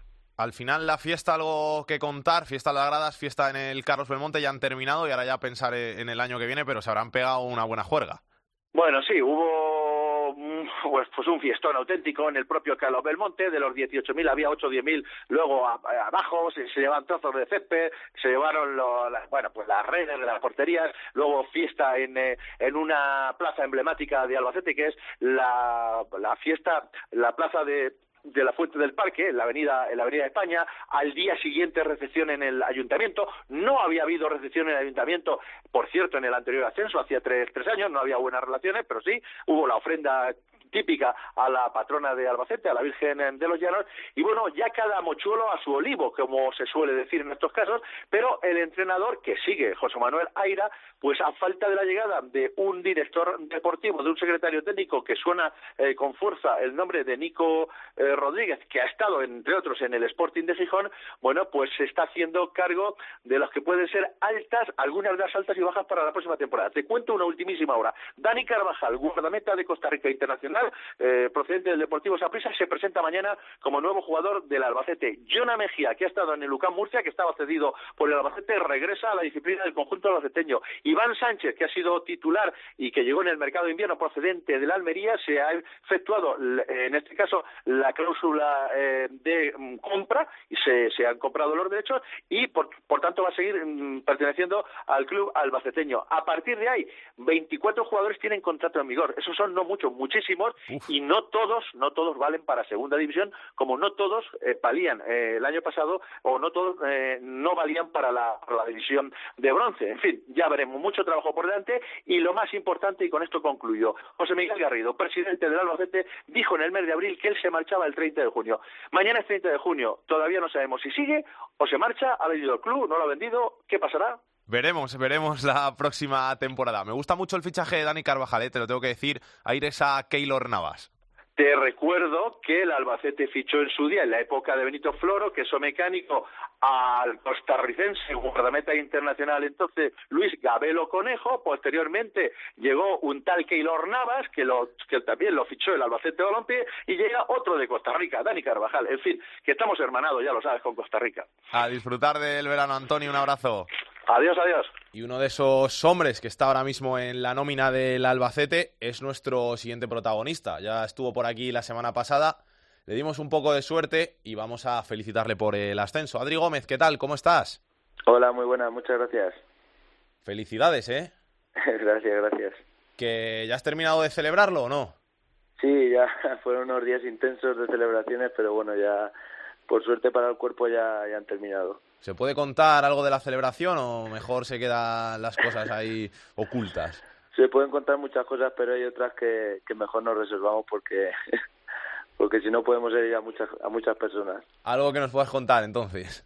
Al final la fiesta, algo que contar, fiesta a las gradas, fiesta en el Carlos Belmonte, ya han terminado y ahora ya pensar en el año que viene, pero se habrán pegado una buena juerga. Bueno, sí, hubo pues, pues un fiestón auténtico en el propio Carlos Belmonte. De los dieciocho mil había ocho o diez mil luego a, a, abajo, se, se llevan trozos de césped, se llevaron lo, la, bueno, pues las redes de las porterías, luego fiesta en, eh, en una plaza emblemática de Albacete, que es la, la fiesta, la plaza de de la Fuente del Parque, en la avenida, en la avenida de España. Al día siguiente recepción en el ayuntamiento. No había habido recepción en el ayuntamiento, por cierto, en el anterior ascenso, hacía tres, tres años, no había buenas relaciones, pero sí hubo la ofrenda típica a la patrona de Albacete, a la Virgen de los Llanos, y bueno, ya cada mochuelo a su olivo, como se suele decir en estos casos, pero el entrenador que sigue, José Manuel Aira, pues a falta de la llegada de un director deportivo, de un secretario técnico que suena eh, con fuerza el nombre de Nico eh, Rodríguez, que ha estado, entre otros, en el Sporting de Gijón, bueno, pues se está haciendo cargo de los que pueden ser altas, algunas de las altas y bajas para la próxima temporada. Te cuento una ultimísima hora. Dani Carvajal, guardameta de Costa Rica Internacional, eh, procedente del Deportivo Saprissa, se presenta mañana como nuevo jugador del Albacete. Jona Mejía, que ha estado en el U C A M Murcia, que estaba cedido por el Albacete, regresa a la disciplina del conjunto albaceteño. Iván Sánchez, que ha sido titular y que llegó en el mercado de invierno procedente de la Almería, se ha efectuado, en este caso, la cláusula eh, de um, compra, y se, se han comprado los derechos, y por, por tanto va a seguir um, perteneciendo al club albaceteño. A partir de ahí, veinticuatro jugadores tienen contrato en vigor. Esos son no muchos, muchísimos. Uf. Y no todos, no todos valen para segunda división, como no todos eh, valían eh, el año pasado, o no todos eh, no valían para la, para la división de bronce. En fin, ya veremos, mucho trabajo por delante, y lo más importante, y con esto concluyo, José Miguel Garrido, presidente del Albacete, dijo en el mes de abril que él se marchaba el treinta de junio. Mañana es treinta de junio, todavía no sabemos si sigue o se marcha, ha vendido el club, no lo ha vendido, ¿qué pasará? Veremos, veremos la próxima temporada. Me gusta mucho el fichaje de Dani Carvajal, ¿eh? Te lo tengo que decir, aires a Keylor Navas. Te recuerdo que el Albacete fichó en su día, en la época de Benito Floro, queso mecánico, al costarricense guardameta internacional entonces Luis Gabelo Conejo. Posteriormente llegó un tal Keylor Navas, que, lo, que también lo fichó el Albacete Balompié, y llega otro de Costa Rica, Dani Carvajal. En fin, que estamos hermanados, ya lo sabes, con Costa Rica. A disfrutar del verano, Antonio, un abrazo. Adiós, adiós. Y uno de esos hombres que está ahora mismo en la nómina del Albacete es nuestro siguiente protagonista. Ya estuvo por aquí la semana pasada, le dimos un poco de suerte y vamos a felicitarle por el ascenso. Adri Gómez, ¿qué tal? ¿Cómo estás? Hola, muy buena, muchas gracias. Felicidades, ¿eh? Gracias, gracias. ¿Que ya has terminado de celebrarlo o no? Sí, ya fueron unos días intensos de celebraciones, pero bueno, ya por suerte para el cuerpo ya, ya han terminado. ¿Se puede contar algo de la celebración o mejor se quedan las cosas ahí ocultas? Se pueden contar muchas cosas, pero hay otras que, que mejor nos reservamos porque porque si no podemos herir a muchas a muchas personas. Algo que nos puedas contar, entonces.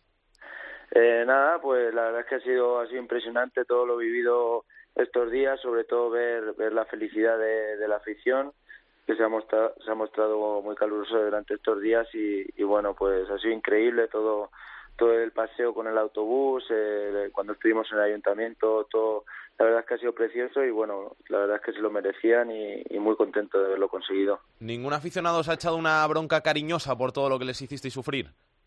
Eh, nada, pues la verdad es que ha sido, ha sido impresionante todo lo vivido estos días, sobre todo ver ver la felicidad de, de la afición, que se ha mostrado, se ha mostrado muy caluroso durante estos días y, y bueno, pues ha sido increíble todo todo el paseo con el autobús, eh, cuando estuvimos en el ayuntamiento, todo, la verdad es que ha sido precioso y bueno, la verdad es que se lo merecían y, y muy contento de haberlo conseguido. ¿Ningún aficionado os ha echado una bronca cariñosa por todo lo que les hicisteis sufrir?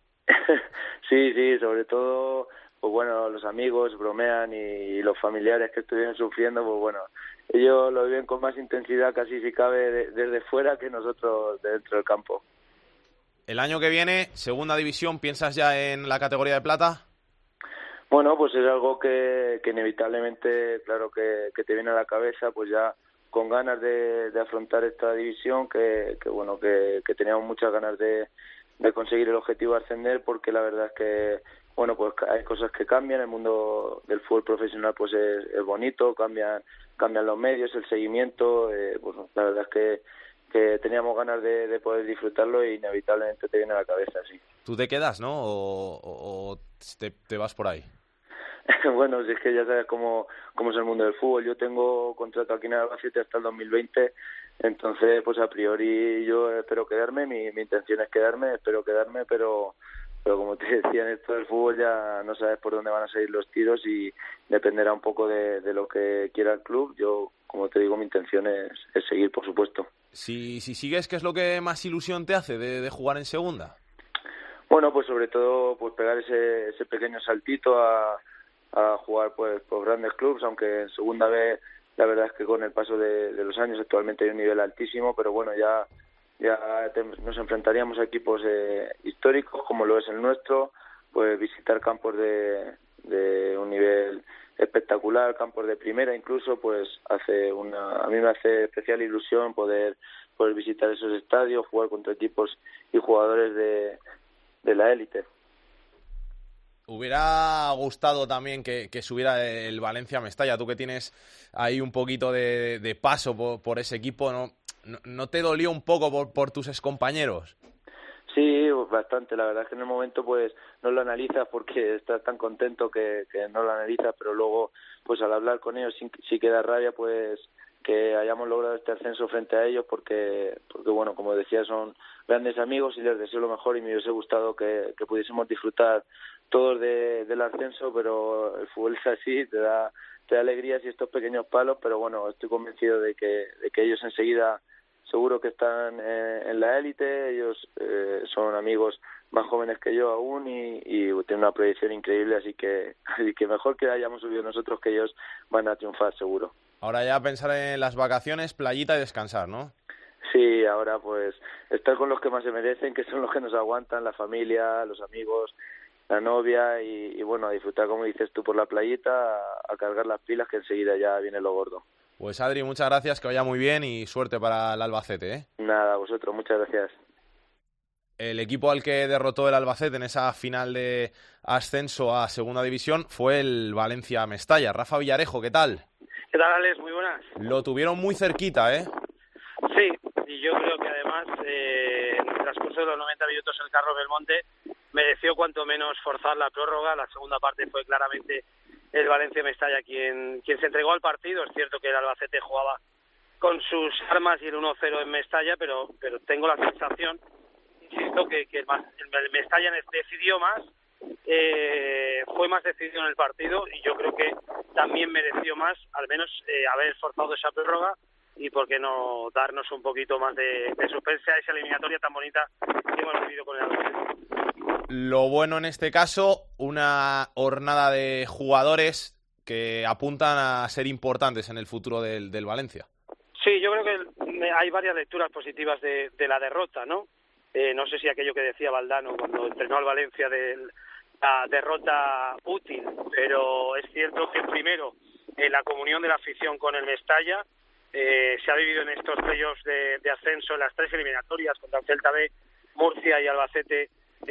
Sí, sí, sobre todo, pues bueno, los amigos bromean y, y los familiares que estuvieron sufriendo, pues bueno, ellos lo viven con más intensidad casi si cabe de, desde fuera que nosotros de dentro del campo. El año que viene, segunda división, ¿piensas ya en la categoría de plata? Bueno, pues es algo que, que inevitablemente, claro que, que te viene a la cabeza, pues ya con ganas de, de afrontar esta división, que, que bueno, que, que teníamos muchas ganas de, de conseguir el objetivo de ascender, porque la verdad es que, bueno, pues hay cosas que cambian, el mundo del fútbol profesional pues es, es bonito, cambian, cambian los medios, el seguimiento, eh, bueno, la verdad es que que teníamos ganas de, de poder disfrutarlo y inevitablemente te viene a la cabeza, sí. ¿Tú te quedas, no? ¿O, o, o te, te vas por ahí? Bueno, si es que ya sabes cómo, cómo es el mundo del fútbol. Yo tengo contrato aquí en Albacete hasta el dos mil veinte, entonces pues a priori yo espero quedarme, mi, mi intención es quedarme, espero quedarme, pero pero como te decía, en esto del fútbol ya no sabes por dónde van a salir los tiros y dependerá un poco de, de lo que quiera el club. Yo, como te digo, mi intención es, es seguir, por supuesto. Si, si sigues, ¿qué es lo que más ilusión te hace de, de jugar en segunda? Bueno, pues sobre todo pues pegar ese, ese pequeño saltito a, a jugar pues por grandes clubes, aunque en segunda vez la verdad es que con el paso de, de los años actualmente hay un nivel altísimo, pero bueno, ya ya te, nos enfrentaríamos a equipos eh, históricos como lo es el nuestro, pues visitar campos de, de un nivel espectacular, campos de primera incluso, pues hace una a mí me hace especial ilusión poder poder visitar esos estadios, jugar contra equipos y jugadores de, de la élite. Hubiera gustado también que, que subiera el Valencia Mestalla, tú que tienes ahí un poquito de, de paso por, por ese equipo, ¿no? ¿No, no te dolió un poco por, por tus excompañeros? Sí, bastante. La verdad es que en el momento pues no lo analizas porque estás tan contento que, que no lo analizas, pero luego pues al hablar con ellos sí, sí que da rabia pues que hayamos logrado este ascenso frente a ellos porque, porque bueno, como decía, son grandes amigos y les deseo lo mejor y me hubiese gustado que, que pudiésemos disfrutar todos de, del ascenso, pero el fútbol es así, te da, te da alegrías y estos pequeños palos, pero bueno, estoy convencido de que, de que ellos enseguida seguro que están eh, en la élite, ellos eh, son amigos más jóvenes que yo aún y, y tienen una proyección increíble, así que, así que mejor que hayamos subido nosotros que ellos van a triunfar seguro. Ahora ya pensar en las vacaciones, playita y descansar, ¿no? Sí, ahora pues estar con los que más se merecen, que son los que nos aguantan, la familia, los amigos, la novia y, y bueno, a disfrutar, como dices tú, por la playita, a, a cargar las pilas que enseguida ya viene lo gordo. Pues Adri, muchas gracias, que vaya muy bien y suerte para el Albacete, ¿eh? Nada, a vosotros, muchas gracias. El equipo al que derrotó el Albacete en esa final de ascenso a Segunda División fue el Valencia Mestalla. Rafa Villarejo, ¿qué tal? ¿Qué tal, Alex? Muy buenas. Lo tuvieron muy cerquita, ¿eh? Sí, y yo creo que además eh, en el transcurso de los noventa minutos el Carlos Belmonte mereció cuanto menos forzar la prórroga. La segunda parte fue claramente el Valencia Mestalla quien, quien se entregó al partido. Es cierto que el Albacete jugaba con sus armas y el uno cero en Mestalla, pero, pero tengo la sensación, insisto, que, que el, el Mestalla decidió más, eh, fue más decidido en el partido y yo creo que también mereció más, al menos eh, haber forzado esa prórroga y por qué no darnos un poquito más de, de suspense a esa eliminatoria tan bonita que hemos vivido con el Albacete. Lo bueno en este caso, una hornada de jugadores que apuntan a ser importantes en el futuro del, del Valencia. Sí, yo creo que hay varias lecturas positivas de, de la derrota, ¿no? Eh, no sé si aquello que decía Valdano cuando entrenó al Valencia de la derrota útil, pero es cierto que primero eh, la comunión de la afición con el Mestalla eh, se ha vivido en estos playoffs de, de ascenso en las tres eliminatorias contra el Celta B, Murcia y Albacete.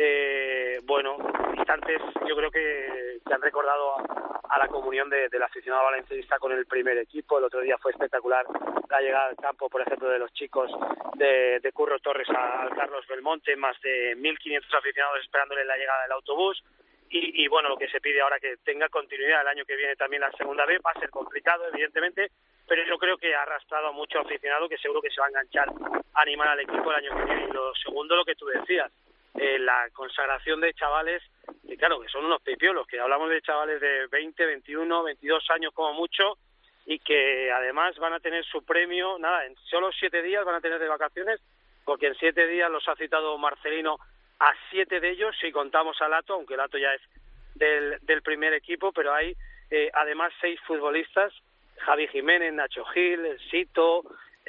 Eh, bueno, instantes yo creo que, que han recordado a, a la comunión de, del aficionado valencianista con el primer equipo. El otro día fue espectacular la llegada al campo, por ejemplo, de los chicos de, de Curro Torres a, al Carlos Belmonte, más de mil quinientos aficionados esperándole la llegada del autobús. Y, y bueno, lo que se pide ahora que tenga continuidad el año que viene también la segunda B, va a ser complicado, evidentemente, pero yo creo que ha arrastrado a mucho aficionado que seguro que se va a enganchar a animar al equipo el año que viene. Y lo segundo, lo que tú decías, Eh, la consagración de chavales que claro que son unos pipiolos, que hablamos de chavales de veinte, veintiuno, veintidós años como mucho y que además van a tener su premio, nada, en solo siete días van a tener de vacaciones, porque en siete días los ha citado Marcelino a siete de ellos, si contamos a Lato, aunque Lato ya es del, del primer equipo, pero hay eh, además seis futbolistas, Javi Jiménez, Nacho Gil, Sito,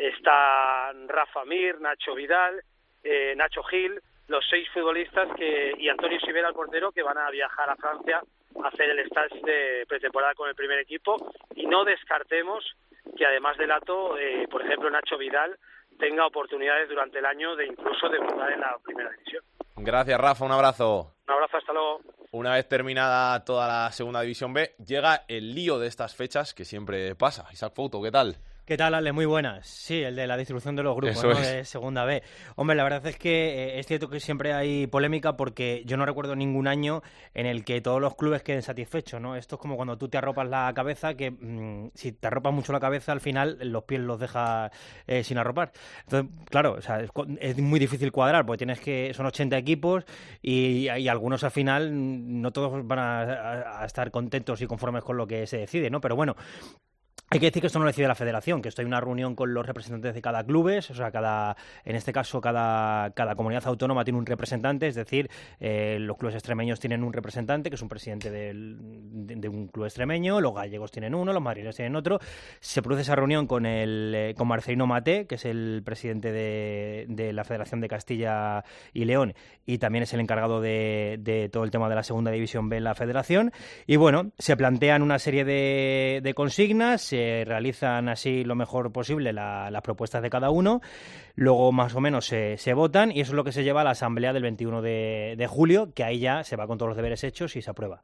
está Rafa Mir, Nacho Vidal, eh, Nacho Gil, los seis futbolistas que y Antonio Sivera, el portero, que van a viajar a Francia a hacer el stage de pretemporada con el primer equipo. Y no descartemos que además de Lato, eh, por ejemplo, Nacho Vidal tenga oportunidades durante el año de incluso debutar en la primera división. Gracias, Rafa, un abrazo. Un abrazo, hasta luego. Una vez terminada toda la segunda división B, llega el lío de estas fechas que siempre pasa. Isaac Fouto, ¿qué tal? ¿Qué tal, Ale? Muy buenas. Sí, el de la distribución de los grupos, Eso ¿no? es. De segunda B. Hombre, la verdad es que eh, es cierto que siempre hay polémica porque yo no recuerdo ningún año en el que todos los clubes queden satisfechos, ¿no? Esto es como cuando tú te arropas la cabeza, que mmm, si te arropas mucho la cabeza, al final los pies los dejas eh, sin arropar. Entonces, claro, o sea, es, es muy difícil cuadrar porque tienes que son ochenta equipos y, y algunos al final no todos van a, a, a estar contentos y conformes con lo que se decide, ¿no? Pero bueno, Hay que decir que esto no lo decide la federación, que esto hay una reunión con los representantes de cada clubes, o sea, cada, en este caso cada, cada comunidad autónoma tiene un representante, es decir, eh, los clubes extremeños tienen un representante, que es un presidente del, de, de un club extremeño, los gallegos tienen uno, los madrileños tienen otro. Se produce esa reunión con, el, eh, con Marcelino Maté, que es el presidente de, de la Federación de Castilla y León, y también es el encargado de, de todo el tema de la Segunda División B en la federación, y bueno, se plantean una serie de, de consignas, se realizan así lo mejor posible la, las propuestas de cada uno, luego más o menos se, se votan y eso es lo que se lleva a la asamblea del veintiuno de, de julio, que ahí ya se va con todos los deberes hechos y se aprueba.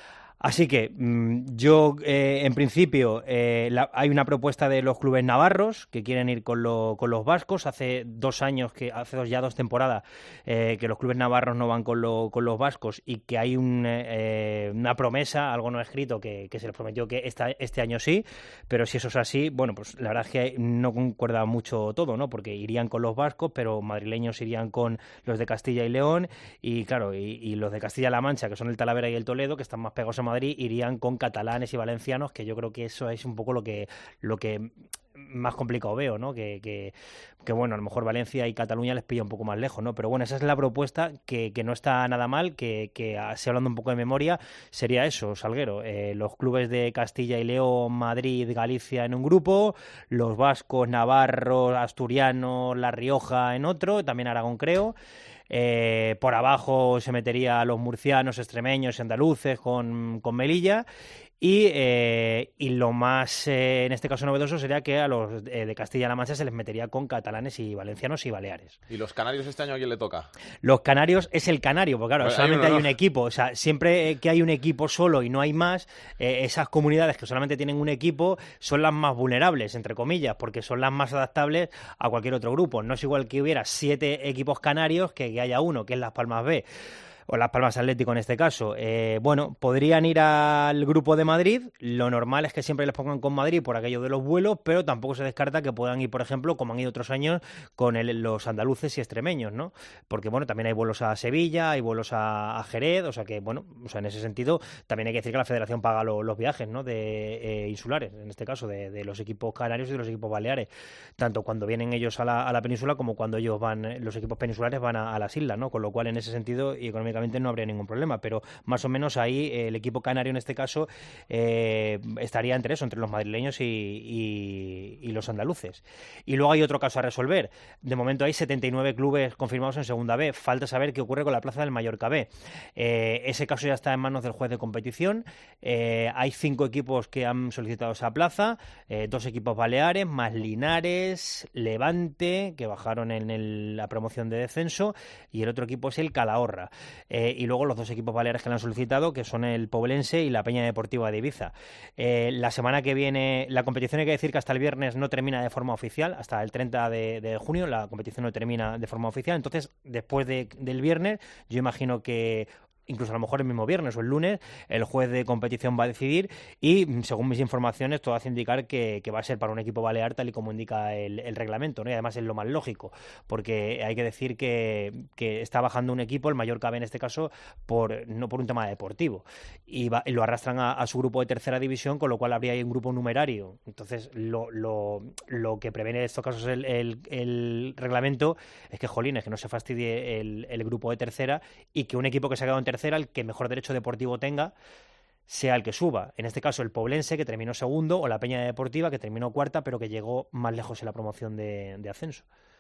Así que yo, eh, en principio, eh, la, hay una propuesta de los clubes navarros que quieren ir con, lo, con los vascos. Hace dos años, que hace dos, ya dos temporadas, eh, que los clubes navarros no van con, lo, con los vascos y que hay un, eh, una promesa, algo no escrito, que, que se les prometió que esta, este año sí, pero si eso es así, bueno, pues la verdad es que no concuerda mucho todo, ¿no? Porque irían con los vascos, pero madrileños irían con los de Castilla y León y, claro, y, y los de Castilla-La Mancha, que son el Talavera y el Toledo, que están más pegados a Madrid, irían con catalanes y valencianos, que yo creo que eso es un poco lo que lo que más complicado veo, ¿no? Que, que, que bueno, a lo mejor Valencia y Cataluña les pilla un poco más lejos, ¿no? Pero bueno, esa es la propuesta que, que no está nada mal, que, que así hablando un poco de memoria, sería eso, Salguero, eh, los clubes de Castilla y León, Madrid, Galicia en un grupo, los vascos, navarros, asturianos, La Rioja en otro, también Aragón creo. Eh, por abajo se metería a los murcianos, extremeños y andaluces con, con Melilla. Y, eh, y lo más, eh, en este caso novedoso, sería que a los eh, de Castilla-La Mancha se les metería con catalanes y valencianos y baleares. ¿Y los canarios este año a quién le toca? Los canarios es el canario, porque claro, Pero solamente hay, uno, hay ¿no? un equipo. O sea, siempre que hay un equipo solo y no hay más, eh, esas comunidades que solamente tienen un equipo son las más vulnerables, entre comillas, porque son las más adaptables a cualquier otro grupo. No es igual que hubiera siete equipos canarios que que haya uno, que es Las Palmas B. O Las Palmas Atlético en este caso. Eh, bueno, podrían ir al grupo de Madrid. Lo normal es que siempre les pongan con Madrid por aquello de los vuelos, pero tampoco se descarta que puedan ir, por ejemplo, como han ido otros años, con el, los andaluces y extremeños, ¿no? Porque, bueno, también hay vuelos a Sevilla, hay vuelos a, a Jerez, o sea que, bueno, o sea, en ese sentido también hay que decir que la Federación paga lo, los viajes, ¿no? De eh, insulares, en este caso, de, de los equipos canarios y de los equipos baleares, tanto cuando vienen ellos a la, a la península como cuando ellos van, los equipos peninsulares van a, a las islas, ¿no? Con lo cual, en ese sentido, y económicamente no habría ningún problema, pero más o menos ahí eh, el equipo canario en este caso eh, estaría entre eso, entre los madrileños y, y, y los andaluces. Y luego hay otro caso a resolver. De momento hay setenta y nueve clubes confirmados en Segunda B. Falta saber qué ocurre con la plaza del Mallorca B. Eh, ese caso ya está en manos del juez de competición. Eh, hay cinco equipos que han solicitado esa plaza, eh, dos equipos baleares, más Linares, Levante, que bajaron en el, la promoción de descenso, y el otro equipo es el Calahorra. Eh, y luego los dos equipos baleares que le han solicitado, que son el Poblense y la Peña Deportiva de Ibiza. Eh, la semana que viene, la competición hay que decir que hasta el viernes no termina de forma oficial, hasta el treinta de, de junio la competición no termina de forma oficial, entonces después de, del viernes yo imagino que incluso a lo mejor el mismo viernes o el lunes, el juez de competición va a decidir y, según mis informaciones, todo hace indicar que, que va a ser para un equipo balear tal y como indica el, el reglamento, ¿no? Y además es lo más lógico, porque hay que decir que, que está bajando un equipo, el Mallorca B en este caso, por no por un tema deportivo, y, va, y lo arrastran a, a su grupo de tercera división, con lo cual habría ahí un grupo numerario. Entonces, lo, lo, lo que prevé en estos casos el, el, el reglamento es que, jolines, que no se fastidie el, el grupo de tercera y que un equipo que se ha quedado en tercera, el que mejor derecho deportivo tenga, sea el que suba. En este caso el Poblense, que terminó segundo, o la Peña Deportiva, que terminó cuarta, pero que llegó más lejos en la promoción de, de ascenso.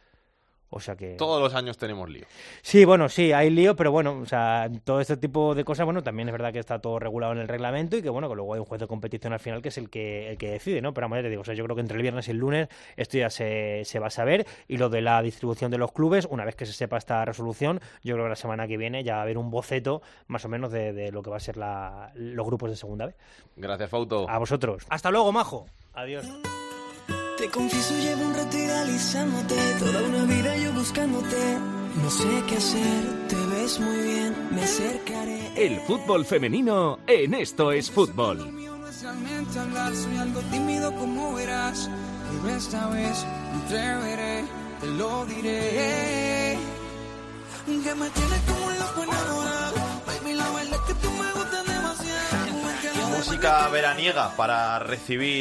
O sea que... Todos los años tenemos lío. Sí, bueno, sí, hay lío, pero bueno, o sea, todo este tipo de cosas, bueno, también es verdad que está todo regulado en el reglamento y que, bueno, que luego hay un juez de competición al final que es el que el que decide, ¿no? Pero, vamos, te digo, o sea, yo creo que entre el viernes y el lunes esto ya se, se va a saber, y lo de la distribución de los clubes, una vez que se sepa esta resolución, yo creo que la semana que viene ya va a haber un boceto más o menos de, de lo que va a ser la, los grupos de Segunda B. Gracias, Fauto. A vosotros. Hasta luego, majo. Adiós. Te confieso, llevo un rato idealizándote, toda una vida yo buscándote. No sé qué hacer, te ves muy bien, me acercaré. El fútbol femenino en Esto es Fútbol. No es realmente hablar, soy algo tímido como verás, pero esta vez me atreveré, te lo diré. Que me tienes como loco enamorado, baby, la verdad es que tú me gustas demasiado. Música veraniega para recibir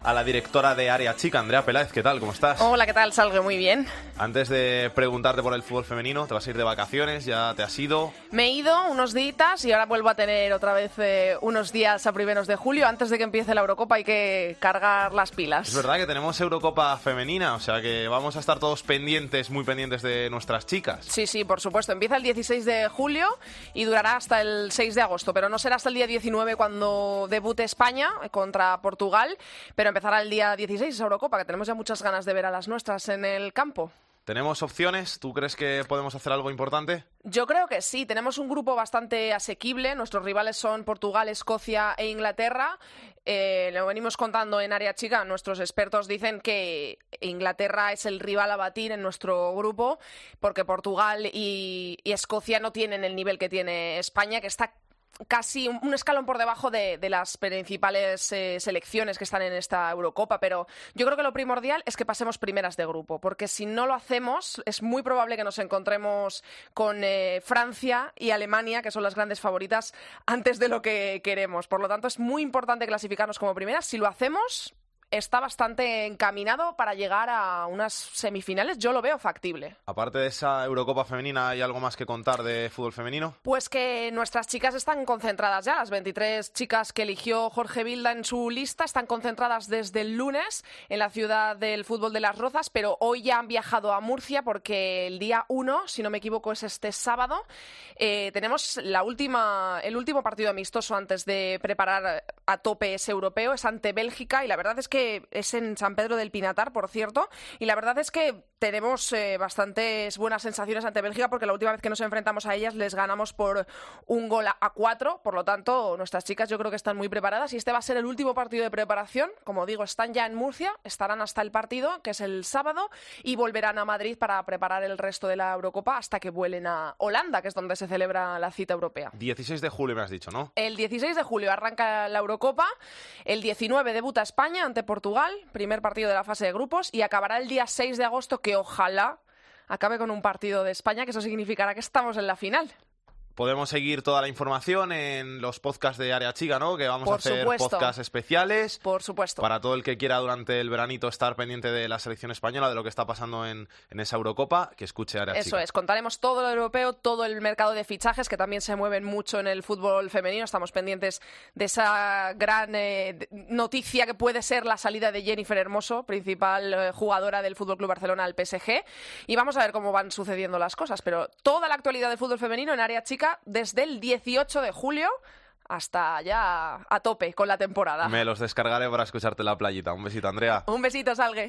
a la directora de Área Chica, Andrea Peláez. ¿Qué tal? ¿Cómo estás? Hola, ¿qué tal? Salgo muy bien. Antes de preguntarte por el fútbol femenino, ¿te vas a ir de vacaciones? ¿Ya te has ido? Me he ido unos días y ahora vuelvo a tener otra vez eh, unos días a primeros de julio. Antes de que empiece la Eurocopa hay que cargar las pilas. Es verdad que tenemos Eurocopa femenina, o sea que vamos a estar todos pendientes, muy pendientes de nuestras chicas. Sí, sí, por supuesto. Empieza el dieciséis de julio y durará hasta el seis de agosto, pero no será hasta el día diecinueve cuando debute España contra Portugal, pero empezará el día dieciséis esa Eurocopa, que tenemos ya muchas ganas de ver a las nuestras en el campo. ¿Tenemos opciones? ¿Tú crees que podemos hacer algo importante? Yo creo que sí. Tenemos un grupo bastante asequible. Nuestros rivales son Portugal, Escocia e Inglaterra. Eh, lo venimos contando en Área Chica. Nuestros expertos dicen que Inglaterra es el rival a batir en nuestro grupo porque Portugal y, y Escocia no tienen el nivel que tiene España, que está casi un escalón por debajo de, de las principales eh, selecciones que están en esta Eurocopa, pero yo creo que lo primordial es que pasemos primeras de grupo, porque si no lo hacemos es muy probable que nos encontremos con eh, Francia y Alemania, que son las grandes favoritas, antes de lo que queremos. Por lo tanto, es muy importante clasificarnos como primeras. Si lo hacemos, está bastante encaminado para llegar a unas semifinales. Yo lo veo factible. Aparte de esa Eurocopa femenina, ¿hay algo más que contar de fútbol femenino? Pues que nuestras chicas están concentradas ya. Las veintitrés chicas que eligió Jorge Vilda en su lista están concentradas desde el lunes en la ciudad del fútbol de Las Rozas, pero hoy ya han viajado a Murcia porque el día uno, si no me equivoco, es este sábado. Eh, tenemos la última, el último partido amistoso antes de preparar a tope ese europeo. Es ante Bélgica y la verdad es que es en San Pedro del Pinatar, por cierto, y la verdad es que tenemos eh, bastantes buenas sensaciones ante Bélgica porque la última vez que nos enfrentamos a ellas les ganamos por un gol a cuatro, por lo tanto nuestras chicas yo creo que están muy preparadas y este va a ser el último partido de preparación. Como digo, están ya en Murcia, estarán hasta el partido, que es el sábado, y volverán a Madrid para preparar el resto de la Eurocopa hasta que vuelen a Holanda, que es donde se celebra la cita europea. dieciséis de julio me has dicho, ¿no? El dieciséis de julio arranca la Eurocopa, el diecinueve debuta España ante Portugal, primer partido de la fase de grupos, y acabará el día seis de agosto, que ojalá acabe con un partido de España, que eso significará que estamos en la final. Podemos seguir toda la información en los podcasts de Área Chica, ¿no? Que vamos Por a hacer supuesto. podcasts especiales. Por supuesto. Para todo el que quiera durante el veranito estar pendiente de la selección española, de lo que está pasando en, en esa Eurocopa, que escuche Área Eso Chica. es, contaremos todo el europeo, todo el mercado de fichajes, que también se mueven mucho en el fútbol femenino. Estamos pendientes de esa gran eh, noticia que puede ser la salida de Jennifer Hermoso, principal eh, jugadora del F C Barcelona al P S G. Y vamos a ver cómo van sucediendo las cosas. Pero toda la actualidad del fútbol femenino en Área Chica desde el dieciocho de julio hasta ya a tope con la temporada. Me los descargaré para escucharte en la playita. Un besito, Andrea. Un besito, Salgue.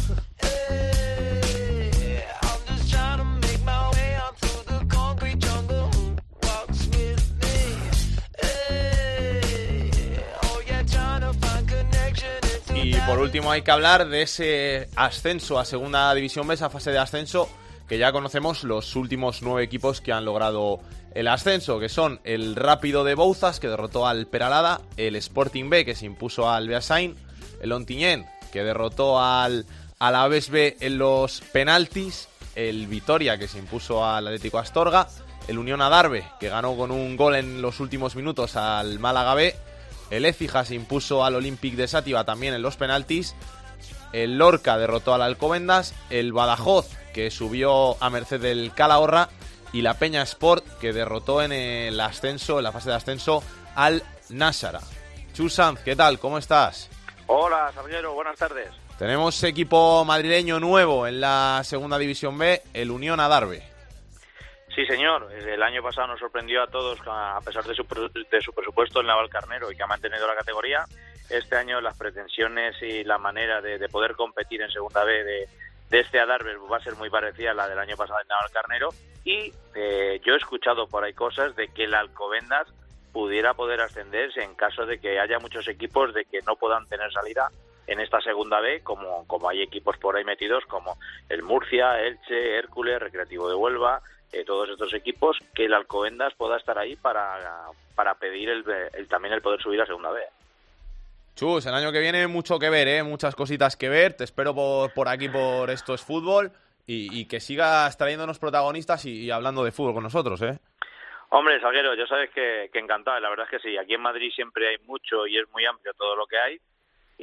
Y por último hay que hablar de ese ascenso a Segunda División B, esa fase de ascenso que ya conocemos los últimos nueve equipos que han logrado el ascenso, que son el Rápido de Bouzas, que derrotó al Peralada, el Sporting B, que se impuso al Beasain, el Ontinyent, que derrotó al Alavés B en los penaltis, el Vitoria, que se impuso al Atlético Astorga, el Unión Adarve, que ganó con un gol en los últimos minutos al Málaga B, el Écija se impuso al Olympique de Sátiva también en los penaltis, el Lorca derrotó al Alcobendas, el Badajoz, que subió a merced del Calahorra, y la Peña Sport, que derrotó en el ascenso, en la fase de ascenso, al Nássara. Chus Sanz, ¿qué tal? ¿Cómo estás? Hola, Salguero, buenas tardes. Tenemos equipo madrileño nuevo en la Segunda División B, el Unión Adarve. Sí, señor. El año pasado nos sorprendió a todos, a pesar de su, de su presupuesto, el Navalcarnero, y que ha mantenido la categoría. Este año las pretensiones y la manera de, de poder competir en Segunda B de, de este Adarve va a ser muy parecida a la del año pasado en Navalcarnero. Y eh, yo he escuchado por ahí cosas de que el Alcobendas pudiera poder ascenderse en caso de que haya muchos equipos de que no puedan tener salida en esta Segunda B, como, como hay equipos por ahí metidos como el Murcia, Elche, Hércules, Recreativo de Huelva, eh, todos estos equipos, que el Alcobendas pueda estar ahí para, para pedir el, el, también el poder subir a Segunda B. Chus, el año que viene mucho que ver, ¿eh? Muchas cositas que ver. Te espero por, por aquí, por Esto es Fútbol, y, y que sigas trayéndonos protagonistas y, y hablando de fútbol con nosotros, ¿eh? Hombre, Salguero, ya sabes que, que encantado. La verdad es que sí, aquí en Madrid siempre hay mucho y es muy amplio todo lo que hay.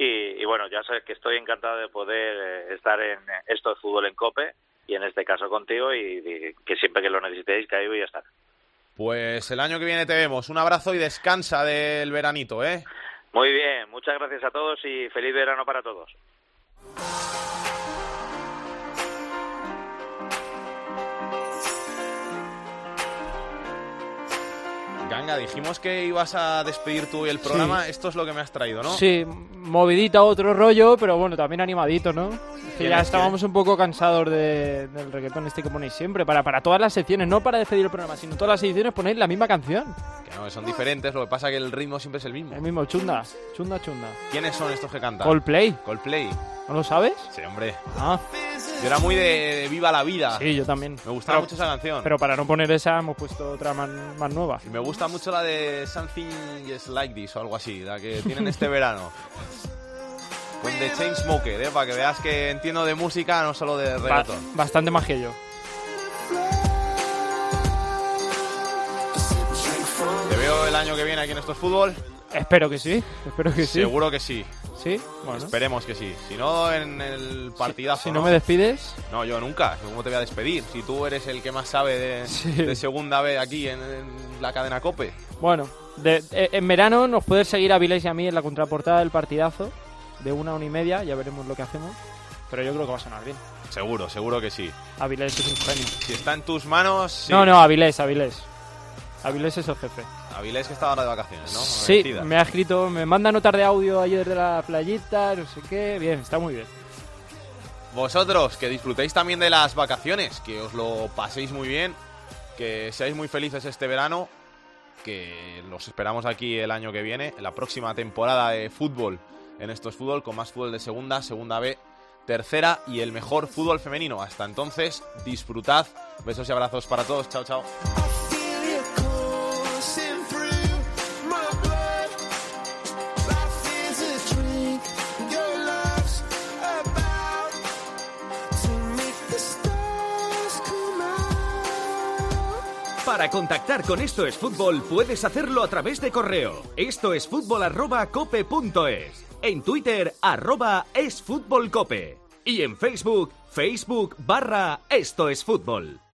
Y, y bueno, ya sabes que estoy encantado de poder eh, estar en Esto es Fútbol en COPE, y en este caso contigo, y, y que siempre que lo necesitéis, que ahí voy a estar. Pues el año que viene te vemos. Un abrazo y descansa del veranito, ¿eh? Muy bien, muchas gracias a todos y feliz verano para todos. Ganga, dijimos que ibas a despedir tú el programa. Sí. Esto es lo que me has traído, ¿no? Sí, movidita, otro rollo, pero bueno, también animadito, ¿no? Es que ya estábamos un poco cansados de, del reggaetón este que ponéis siempre, para, para todas las secciones, no para despedir el programa, sino todas las ediciones ponéis la misma canción. Que no, que son diferentes, lo que pasa es que el ritmo siempre es el mismo. El mismo, chunda, chunda, chunda. ¿Quiénes son estos que cantan? Coldplay. Coldplay. ¿No lo sabes? Sí, hombre. Ah. Yo era muy de, de Viva la Vida. Sí, yo también. Me gustaba pero, mucho esa canción. Pero para no poner esa hemos puesto otra más, más nueva. Y me gusta mucho la de Something Is Like This o algo así, la que tienen este verano. Con The Chainsmokers, ¿eh? Para que veas que entiendo de música, no solo de reggaeton. Ba- bastante más que yo. ¿Te veo el año que viene aquí en Esto es Fútbol? Espero que sí, espero que sí. Seguro que sí. ¿Sí? Bueno. Esperemos que sí. Si no, en el partidazo. Si, si no, ¿no? me despides. No, yo nunca. ¿Cómo te voy a despedir? Si tú eres el que más sabe de, sí. de segunda B aquí en, en la cadena COPE. Bueno, de, de, en verano nos puedes seguir a Vilés y a mí en la contraportada del partidazo. De una a una y media, ya veremos lo que hacemos. Pero yo creo que va a sonar bien. Seguro, seguro que sí. Avilés es un genio. Si está en tus manos... Sí. No, no, Avilés, Avilés. Avilés es el jefe. Avilés que está ahora de vacaciones, ¿no? Sí, Vestida. Me ha escrito, me manda notas de audio ayer de la playita, no sé qué. Bien, está muy bien. Vosotros, que disfrutéis también de las vacaciones, que os lo paséis muy bien, que seáis muy felices este verano, que los esperamos aquí el año que viene, en la próxima temporada de fútbol, en Esto es Fútbol, con más fútbol de segunda, segunda B, tercera y el mejor fútbol femenino. Hasta entonces, disfrutad. Besos y abrazos para todos. Chao, chao. Para contactar con Esto es Fútbol puedes hacerlo a través de correo. Esto es fútbol arroba cope punto es. En Twitter, arroba es fútbol cope. Y en Facebook, Facebook barra Esto es Fútbol.